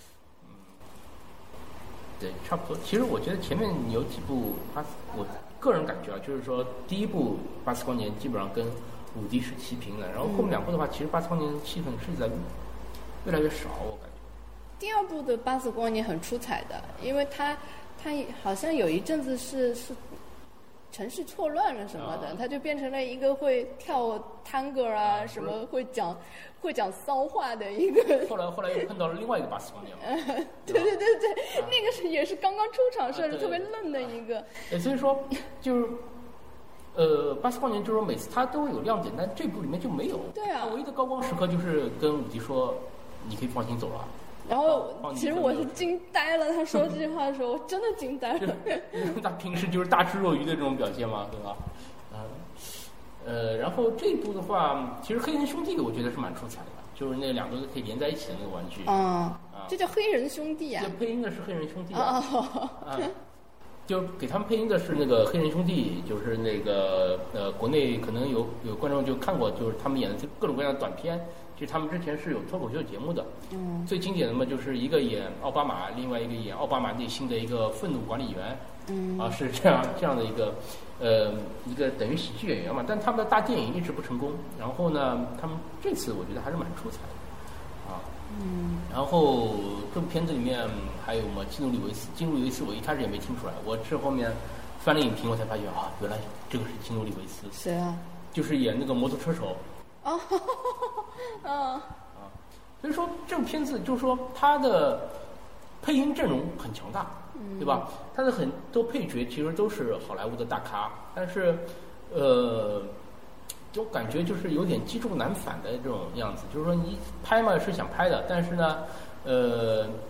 对，差不多。其实我觉得前面有几部巴斯，我。个人感觉啊，就是说第一部巴斯光年基本上跟伍迪是齐平的，然后后面两部的话，嗯、其实巴斯光年的戏份是在越来越少，我感觉。 第二部的巴斯光年很出彩的，因为他他好像有一阵子是是城市错乱了什么的，啊、他就变成了一个会跳探戈啊，啊什么会讲会讲骚话的一个。 后来后来又碰到了另外一个巴斯光年。 呃、对对对对，啊、那个是也是刚刚出场时、啊、特别愣的一个。 呃，所以说就是。呃，巴斯光年就是说每次他都有亮点，但这部里面就没有。 对啊。 他唯一的高光时刻就是跟伍迪说：“你可以放心走了。” 然后，其实我是惊呆了。他说这句话的时候，我真的惊呆了。 他平时就是大智若愚的这种表现嘛，对吧？啊，呃，然后这一部的话，其实黑人兄弟我觉得是蛮出彩的，就是那两个可以连在一起的那个玩具。 啊、嗯，这叫黑人兄弟啊。 这配音的是黑人兄弟啊。 哦、 啊。就给他们配音的是那个黑人兄弟，就是那个呃，国内可能有有观众就看过，就是他们演的各种各样的短片。其实他们之前是有脱口秀节目的， 嗯， 最经典的嘛就是一个演奥巴马，另外一个演奥巴马内心的一个愤怒管理员， 嗯， 啊是这样这样的一个呃一个等于喜剧演员嘛，但他们的大电影一直不成功。然后呢，他们这次我觉得还是蛮出彩的，啊， 嗯， 然后这部片子里面还有嘛基努里维斯，基努里维斯我一开始也没听出来，我是后面翻了影评我才发现啊，原来这个是基努里维斯。 谁啊？ 就是演那个摩托车手。 哦，嗯啊， 所以说这部片子就是说它的配音阵容很强大， 嗯、 对吧？它的很多配角其实都是好莱坞的大咖，但是呃，就感觉就是有点积重难返的这种样子。就是说你拍嘛是想拍的，但是呢，呃，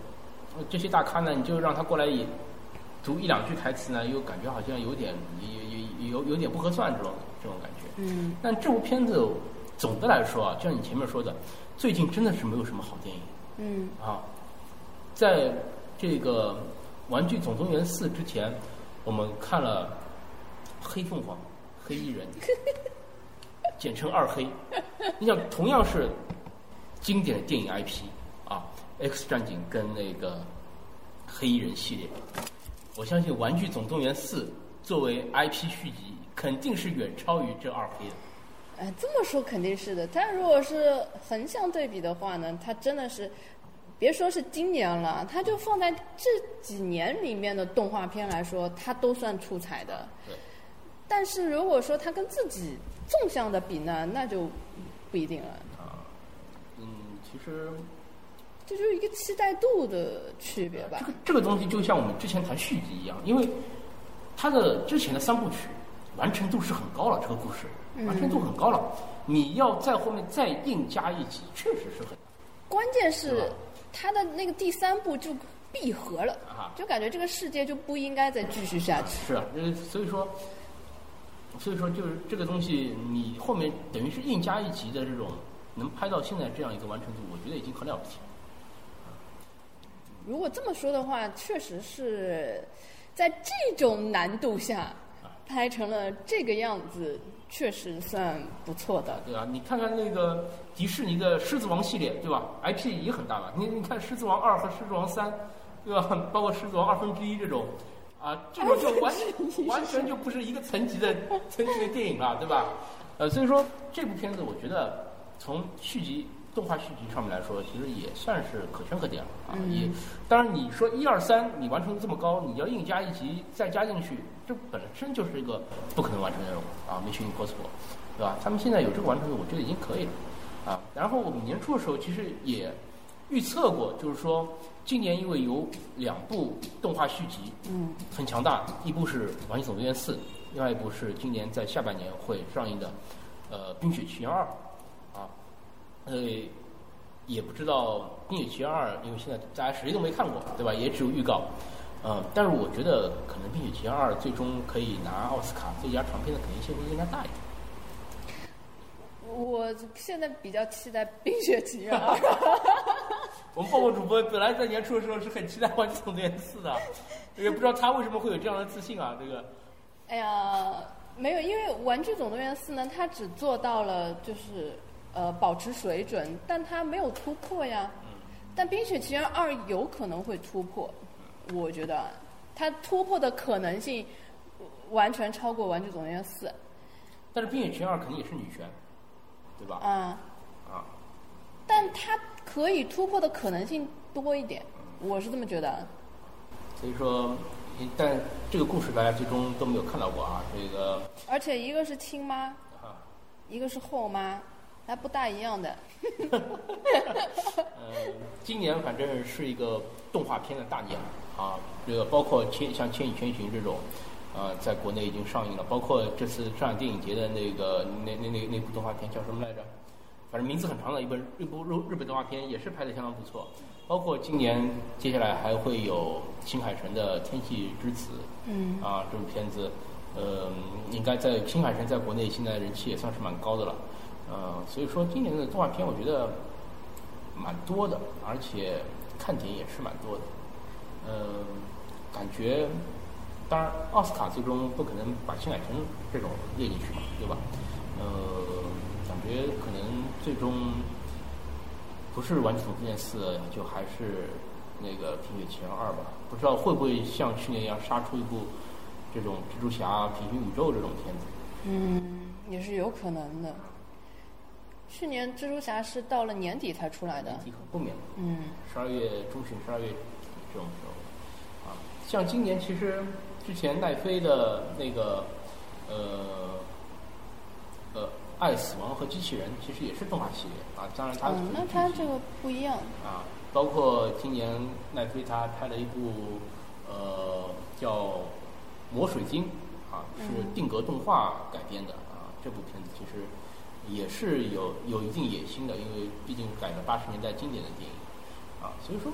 这些大咖呢，你就让他过来也读一两句台词呢，又感觉好像有点有有有有点不合算这种这种感觉。 嗯。 但这部片子总的来说啊，就像你前面说的，最近真的是没有什么好电影。 嗯。 啊，在这个《玩具总动员四》之前，我们看了《黑凤凰》《黑衣人》，简称二黑。你想，同样是经典的电影 I P 啊，《X 战警》跟那个《黑衣人》系列，我相信《玩具总动员四》作为 I P 续集，肯定是远超于这二黑的。 哎，这么说肯定是的。它如果是横向对比的话呢，它真的是，别说是今年了，它就放在这几年里面的动画片来说，它都算出彩的。 对。 但是如果说它跟自己纵向的比呢，那就不一定了。 啊，嗯，其实这就是一个期待度的区别吧。 这个这个东西就像我们之前谈续集一样，因为它的之前的三部曲完成度是很高了，这个故事完成度很高了，嗯、你要在后面再硬加一集，确实是很难。 关键是它的那个第三部就闭合了， 啊、 就感觉这个世界就不应该再继续下去。 是啊，所以说。所以说，就是这个东西，你后面等于是硬加一集的这种，能拍到现在这样一个完成度，我觉得已经很了不起了。 如果这么说的话，确实是在这种难度下拍成了这个样子，确实算不错的。 对啊，你看看那个迪士尼的《狮子王》系列，对吧 ？I P 也很大吧？你你看《狮子王二》和《狮子王三》，对吧？包括《狮子王二分之一》这种。啊，这种就完完全就不是一个层级的层级的电影了，对吧？呃，所以说这部片子，我觉得从续集动画续集上面来说，其实也算是可圈可点了啊。 嗯、 也当然，你说一二三，你完成度这么高，你要硬加一集再加进去，这本身就是一个不可能完成的任务啊 ，Mission Impossible， 对吧？他们现在有这个完成度，我觉得已经可以了啊。然后我们年初的时候，其实也预测过，就是说。今年因为有两部动画续集， 嗯， 很强大，一部是《玩具总动员四》，另外一部是今年在下半年会上映的，呃，《冰雪奇缘二》，啊，呃，也不知道《冰雪奇缘二》，因为现在大家谁都没看过，对吧？也只有预告，嗯、呃，但是我觉得可能《冰雪奇缘二》最终可以拿奥斯卡最佳长片的可能性会更加大一点。 我现在比较期待《冰雪奇缘二》。 我们报告主播本来在年初的时候是很期待《玩具总动员四》的，也不知道他为什么会有这样的自信啊。这个， 哎呀，没有，因为《玩具总动员四》呢，它只做到了就是呃保持水准，但它没有突破呀。 嗯、 但《冰雪奇缘二》有可能会突破，我觉得它突破的可能性完全超过《玩具总动员四》。 但是《冰雪奇缘二》肯定也是女权，对吧？ 啊。 啊。 但它可以突破的可能性多一点，我是这么觉得。 所以说，但这个故事大家最终都没有看到过啊，这个。 而且一个是亲妈， 啊、 一个是后妈，还不大一样的。 呃，今年反正是一个动画片的大年啊，这个包括千像《千与千寻》这种，呃，在国内已经上映了，包括这次上海电影节的那个那那那那部动画片叫什么来着？反正名字很长的一本一部日日本动画片，也是拍得相当不错。包括今年接下来还会有新海诚的《天气之子》， 嗯， 啊，这部片子，呃，应该在新海诚在国内现在人气也算是蛮高的了，呃，所以说今年的动画片我觉得蛮多的，而且看点也是蛮多的，呃，感觉，当然奥斯卡最终不可能把新海诚这种列进去嘛，对吧？呃。感觉可能最终不是《玩具总动员四》，就还是那个《冰雪奇缘二》吧。不知道会不会像去年一样杀出一部这种蜘蛛侠、平行宇宙这种片子。 嗯，也是有可能的。去年蜘蛛侠是到了年底才出来的， 年底很后面。 嗯， 十二月中旬、十二月这种时候啊，像今年其实之前奈飞的那个呃呃。爱死亡和机器人其实也是动画系列啊，当然它是、 嗯、那它这个不一样啊。包括今年奈飞它拍了一部呃叫《魔水晶》啊，是定格动画改编的、嗯、啊。这部片子其实也是有有一定野心的，因为毕竟改了八十年代经典的电影啊。所以说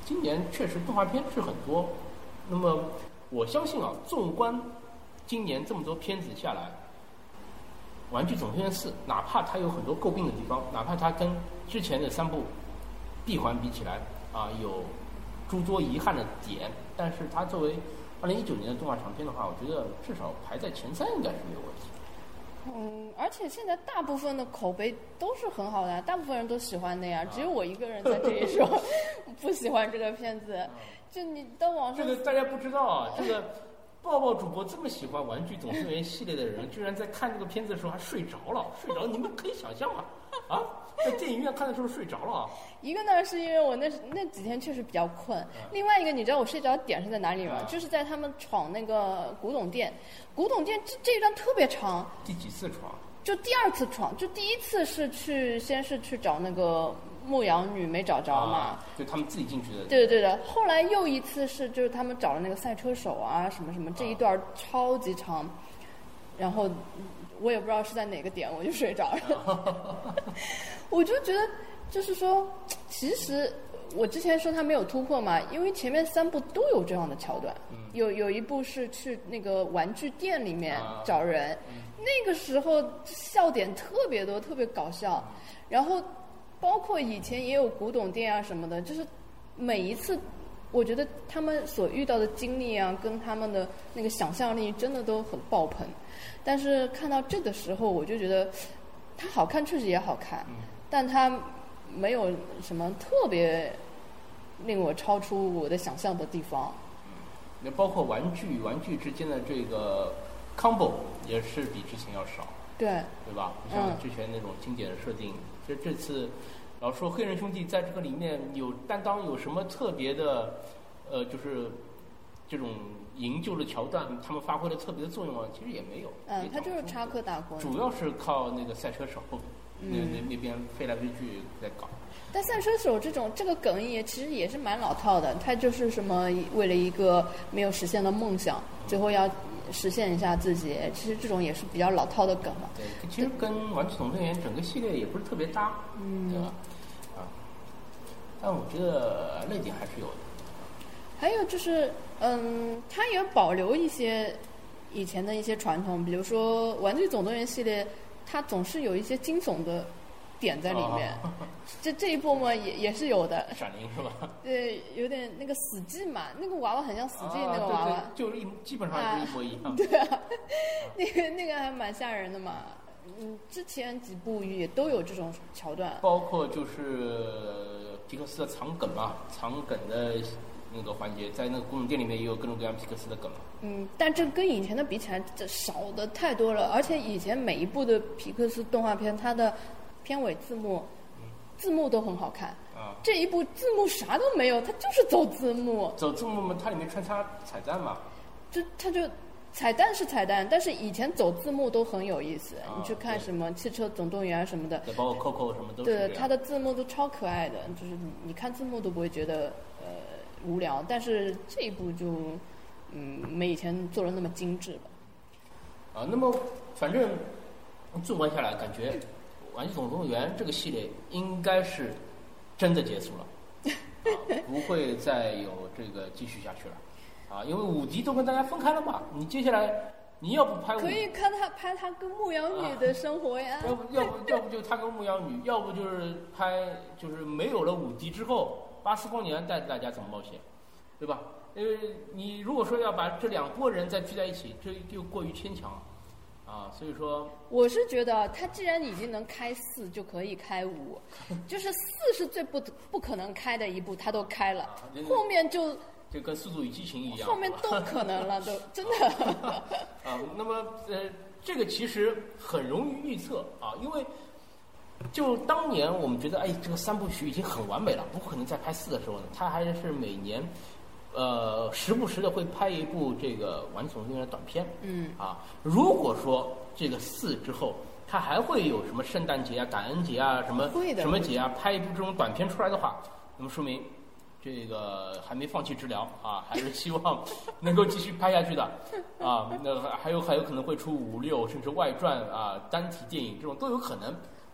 今年确实动画片是很多。那么我相信啊，纵观今年这么多片子下来，《玩具总动员四》哪怕它有很多诟病的地方，哪怕它跟之前的三部闭环比起来啊有诸多遗憾的点，但是它作为二零一九年的动画长片的话，我觉得至少排在前三应该是没有问题。 嗯，而且现在大部分的口碑都是很好的，大部分人都喜欢的呀，只有我一个人在这里说不喜欢这个片子。就你到网上， 这个大家不知道啊，这个抱抱主播这么喜欢《玩具总动员》系列的人，居然在看这个片子的时候还睡着了，睡着你们可以想象吗？啊，在电影院看的时候睡着了啊。 一个呢是因为我那那几天确实比较困，另外一个你知道我睡着的点是在哪里吗？就是在他们闯那个古董店，古董店这这一段特别长。 第几次闯？ 就第二次闯，就第一次是去先是去找那个牧羊女没找着嘛， 啊、就他们自己进去的。 对对的，后来又一次是就是他们找了那个赛车手啊什么什么，这一段超级长，啊、然后我也不知道是在哪个点我就睡着了，我就觉得就是说，其实我之前说他没有突破嘛，因为前面三部都有这样的桥段，嗯、有有一部是去那个玩具店里面找人。啊嗯那个时候笑点特别多，特别搞笑，然后包括以前也有古董店啊什么的，就是每一次我觉得他们所遇到的经历啊跟他们的那个想象力真的都很爆棚，但是看到这个时候我就觉得它好看，确实也好看，但它没有什么特别令我超出我的想象的地方。 那包括玩具与玩具之间的这个combo 也是比之前要少， 对对吧？不像之前那种经典的设定。这、嗯、这次老说黑人兄弟在这个里面有担当，有什么特别的，呃，就是这种营救的桥段，他们发挥了特别的作用吗？其实也没有。 嗯，他就是插科打诨。 主要是靠那个赛车手，嗯、那那那边飞来飞去在搞。 但赛车手这种这个梗也其实也是蛮老套的，他就是什么为了一个没有实现的梦想，最后要实现一下自己，其实这种也是比较老套的梗嘛。 对，其实跟《玩具总动员》整个系列也不是特别搭， 嗯， 对吧？啊，但我觉得泪点还是有的。 还有就是，嗯，它也保留一些以前的一些传统，比如说《玩具总动员》系列，它总是有一些惊悚的点在里面。哦、这这一部嘛，也也是有的。 闪灵是吧？ 对，有点那个死寂嘛，那个娃娃很像死寂、啊、那个娃娃， 对对就是一基本上是一模一样。 啊对啊，那个那个还蛮吓人的嘛。嗯，之前几部也都有这种桥段， 包括就是皮克斯的藏梗嘛，藏梗的。那个环节在那个古董店里面也有各种各样皮克斯的梗。 嗯，但这跟以前的比起来，这少的太多了。而且以前每一部的皮克斯动画片，它的片尾字幕，嗯、字幕都很好看。啊，这一部字幕啥都没有，它就是走字幕。 走字幕嘛，它里面穿插彩蛋嘛。 就它就彩蛋是彩蛋，但是以前走字幕都很有意思。 啊、 你去看什么《汽车总动员》什么的， 对，包括 Coco 什么都是。 对，它的字幕都超可爱的，就是你看字幕都不会觉得呃。无聊，但是这一部就，嗯，没以前做的那么精致吧。 啊，那么反正纵观下来，感觉《玩具总动员》这个系列应该是真的结束了，啊、不会再有这个继续下去了，啊，因为伍迪都跟大家分开了嘛，你接下来你要不拍可以看他拍他跟牧羊女的生活呀， 啊、要不要不要不就他跟牧羊女，要不就是拍就是没有了伍迪之后。巴斯光年带着大家怎么冒险，对吧？呃，你如果说要把这两拨人再聚在一起，这就过于牵强啊。所以说， 我是觉得他既然已经能开四，就可以开五，就是四是最不不可能开的一步，他都开了，啊、后面就就跟《速度与激情》一样， 后面都可能了，都真的啊。那么呃，这个其实很容易预测啊，因为。就当年我们觉得，哎，这个三部曲已经很完美了，不可能再拍四的时候呢，他还是每年，呃，时不时的会拍一部这个《玩具总动员》的短片。 嗯。啊， 如果说这个四之后，他还会有什么圣诞节啊、感恩节啊、什么什么节啊，拍一部这种短片出来的话，那么说明这个还没放弃治疗啊，还是希望能够继续拍下去的啊。那还有还有可能会出五六甚至外传啊、单体电影这种都有可能。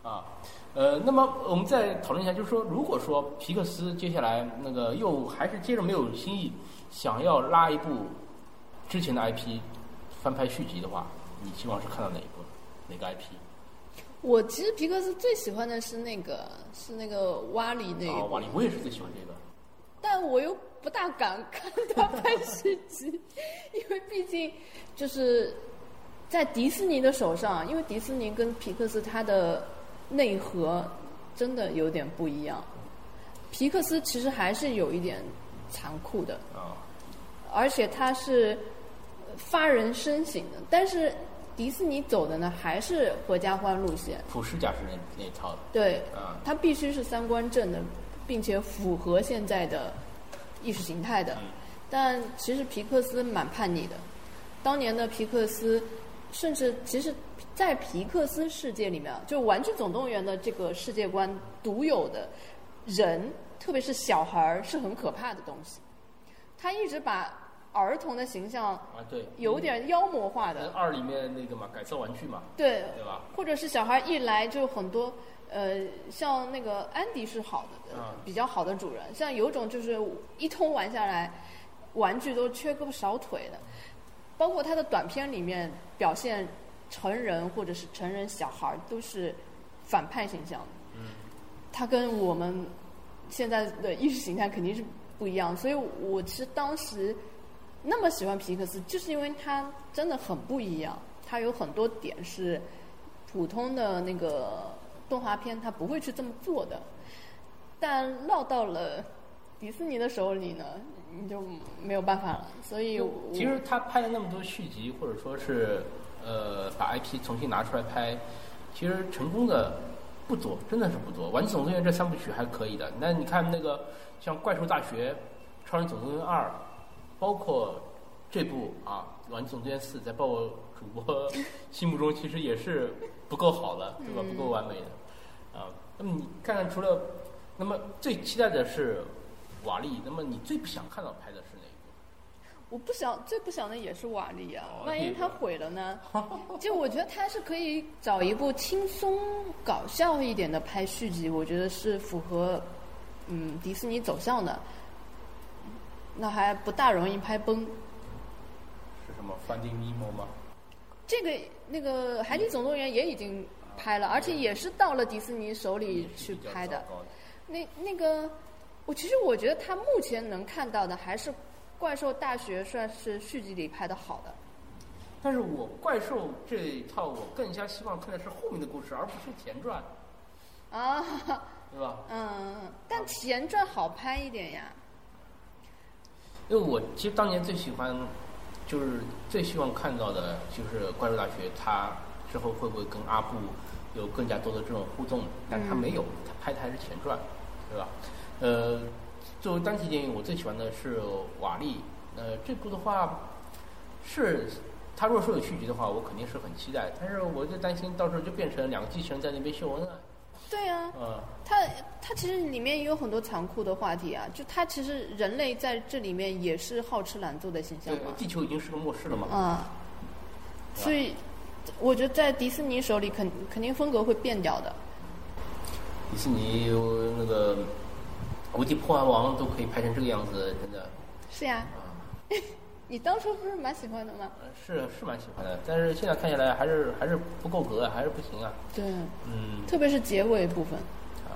啊，呃，那么我们再讨论一下，就是说，如果说皮克斯接下来那个又还是接着没有新意，想要拉一部之前的 I P 翻拍续集的话，你希望是看到哪一部哪个 I P？ 我其实皮克斯最喜欢的是那个是那个瓦力那个、 哦，瓦力，我也是最喜欢这个， 但我又不大敢看他拍续集，因为毕竟就是在迪士尼的手上，因为迪士尼跟皮克斯它的内核真的有点不一样。皮克斯其实还是有一点残酷的， 啊， 而且它是发人深省的。但是迪士尼走的呢，还是合家欢路线。 普世价值那那一套的。 对， 啊， 它必须是三观正的，并且符合现在的意识形态的。 嗯， 但其实皮克斯蛮叛逆的，当年的皮克斯，甚至其实，在皮克斯世界里面，就《玩具总动员》的这个世界观独有的人，特别是小孩儿，是很可怕的东西。他一直把儿童的形象啊，对， 有点妖魔化的。 二里面那个嘛，改造玩具嘛， 对， 对吧？ 或者是小孩一来就很多，呃，像那个安迪是好的， 啊比较好的主人。像有种就是一通玩下来，玩具都缺胳膊少腿的。包括他的短片里面表现成人或者是成人小孩都是反派形象。 嗯， 他跟我们现在的意识形态肯定是不一样，所以我其实当时那么喜欢皮克斯，就是因为他真的很不一样，他有很多点是普通的那个动画片他不会去这么做的，但落到了迪士尼的手里呢，你就没有办法了。所以其实他拍了那么多续集，或者说是呃把 I P 重新拿出来拍，其实成功的不多，真的是不多。《玩具总动员》这三部曲还可以的，那你看那个像《怪兽大学》《超人总动员二》，包括这部啊《玩具总动员四》，在报主播心目中其实也是不够好的，对吧？不够完美的啊。那么你看看，除了那么最期待的是瓦力，那么你最不想看到拍的是哪一个？ 我不想最不想的也是瓦力啊， 哦万一他毁了呢？就我觉得他是可以找一部轻松搞笑一点的拍续集，我觉得是符合嗯迪士尼走向的，那还不大容易拍崩。 是什么Finding Nemo吗？ 这个那个《海底总动员》也已经拍了，而且也是到了迪士尼手里去拍的。那那个，我其实我觉得他目前能看到的还是《怪兽大学》算是续集里拍的好的。 但是我怪兽这一套，我更加希望看的是后面的故事，而不是前传。 啊， 对吧？ 嗯，但前传好拍一点呀。 因为我其实当年最喜欢，就是最希望看到的就是《怪兽大学》，它之后会不会跟阿布有更加多的这种互动？但是它没有，它拍的还是前传，对吧？呃，作为单体电影，我最喜欢的是瓦力。呃，这部的话是，它如果说有续集的话，我肯定是很期待。但是我就担心到时候就变成两个机器人在那边秀恩爱。 对啊， 嗯， 它它其实里面也有很多残酷的话题啊，就它其实人类在这里面也是好吃懒做的形象对， 嘛。 地球已经是个末世了嘛。 啊、所以我觉得在迪士尼手里肯肯定风格会变掉的。 迪士尼那个无敌破坏王都可以拍成这个样子，真的。 是呀。 啊， 你当初不是蛮喜欢的吗？ 是是蛮喜欢的，但是现在看起来还是还是不够格，还是不行啊。 对， 嗯， 特别是结尾部分。 啊，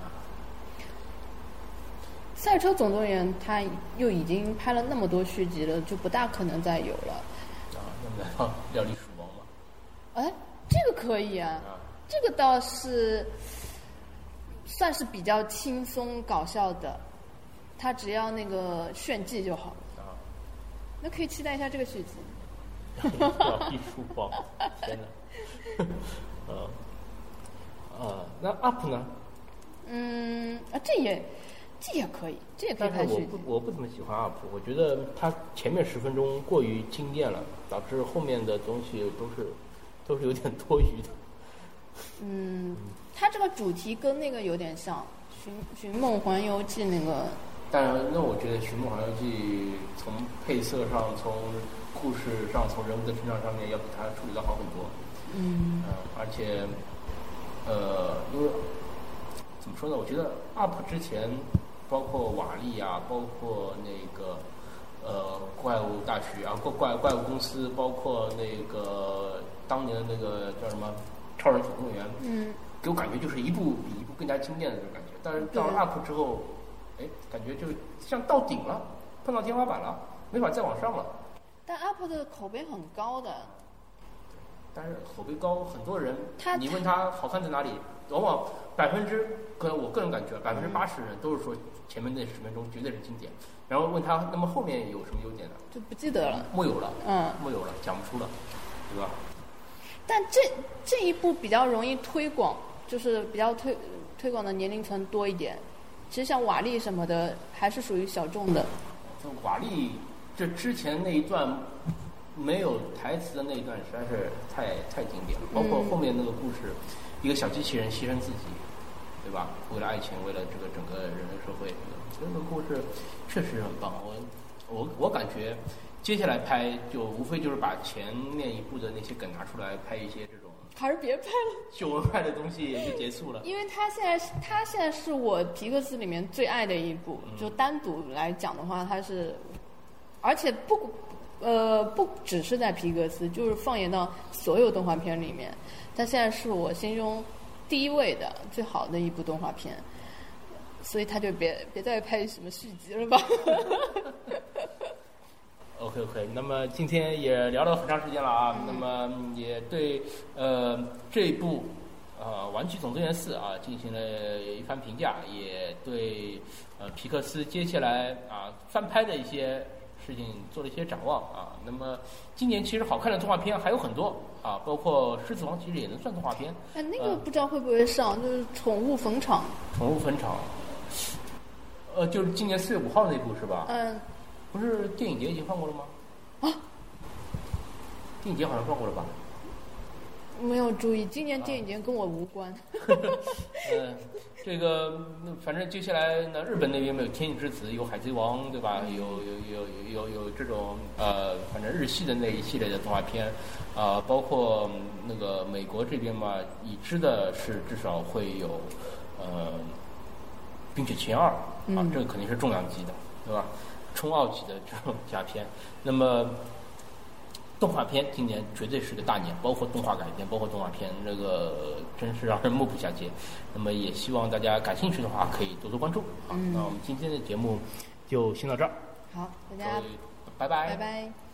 赛车总动员它又已经拍了那么多续集了，就不大可能再有了。 啊，那么难道料理鼠王吗？ 哎，这个可以啊， 啊， 这个倒是算是比较轻松搞笑的，他只要那个炫技就好了。 啊， 那可以期待一下这个续集。 料理鼠王，天哪！呃，呃，那 up 呢？ 嗯啊，这也这也可以，这也可以但是我拍续集。 不我不怎么喜欢 up，我觉得它前面十分钟过于惊艳了，导致后面的东西都是都是有点多余的。 嗯，它这个主题跟那个有点像《寻寻梦环游记》那个。 当然，那我觉得《寻梦环游记》从配色上、从故事上、从人物的成长上面，要比它处理的好很多。 嗯， 嗯，而且呃，因为怎么说呢？我觉得 U P 之前，包括瓦力啊，包括那个呃怪物大学啊，怪怪怪物公司，包括那个当年的那个叫什么超人总动员， 嗯， 给我感觉就是一部比一部更加惊艳的这种感觉。但是到了 U P 之后，哎，感觉就像到顶了，碰到天花板了，没法再往上了。 但 U P 的口碑很高的。 但是口碑高，很多人他你问他好看在哪里，往往百分之，可能我个人感觉百分之八十人都是说前面那十分钟绝对是经典。然后问他，那么后面有什么优点呢？ 就不记得了， 木有了， 嗯， 木有了，讲不出了，对吧？ 但这这一部比较容易推广，就是比较推推广的年龄层多一点。其实像瓦力什么的，还是属于小众的。 就瓦力这之前那一段没有台词的那一段，实在是太太经典了。包括后面那个故事，嗯、一个小机器人牺牲自己，对吧？为了爱情，为了这个整个人类社会，这个故事确实很棒。我我我感觉接下来拍就无非就是把前面一部的那些梗拿出来拍一些这种， 还是别拍了， 秀文派的东西也就结束了。 因为他现在他现在是我皮克斯里面最爱的一部， 嗯、 就单独来讲的话，他是，而且不。呃，不只是在皮克斯，就是放眼到所有动画片里面，它现在是我心中第一位的最好的一部动画片，所以他就别别再拍什么续集了吧。 OK OK， 那么今天也聊了很长时间了啊，嗯、那么也对呃这一部呃《玩具总动员四》啊进行了一番评价，也对呃皮克斯接下来啊翻拍的一些事情做了一些展望啊。那么今年其实好看的动画片还有很多啊，包括《狮子王》其实也能算动画片。 哎，那个不知道会不会上，呃、就是《宠物坟场》。 宠物坟场，呃，就是今年四月五号那部是吧？ 嗯。 不是电影节已经放过了吗？ 啊。 电影节好像放过了吧？ 没有注意，今年电影节跟我无关。 呃，这个反正接下来呢，日本那边有《天气之子》，有《海贼王》，对吧？有有有有有这种呃，反正日系的那一系列的动画片，啊、呃，包括那个美国这边嘛，已知的是至少会有呃，《冰雪奇缘二》啊，这个肯定是重量级的，对吧？冲奥级的这种佳片，那么。动画片今年绝对是个大年，包括动画改编，包括动画片，这个真是让人目不暇接。那么也希望大家感兴趣的话，可以多多关注。好， 嗯、 那我们今天的节目就先到这儿。 好，大家拜拜， 拜拜。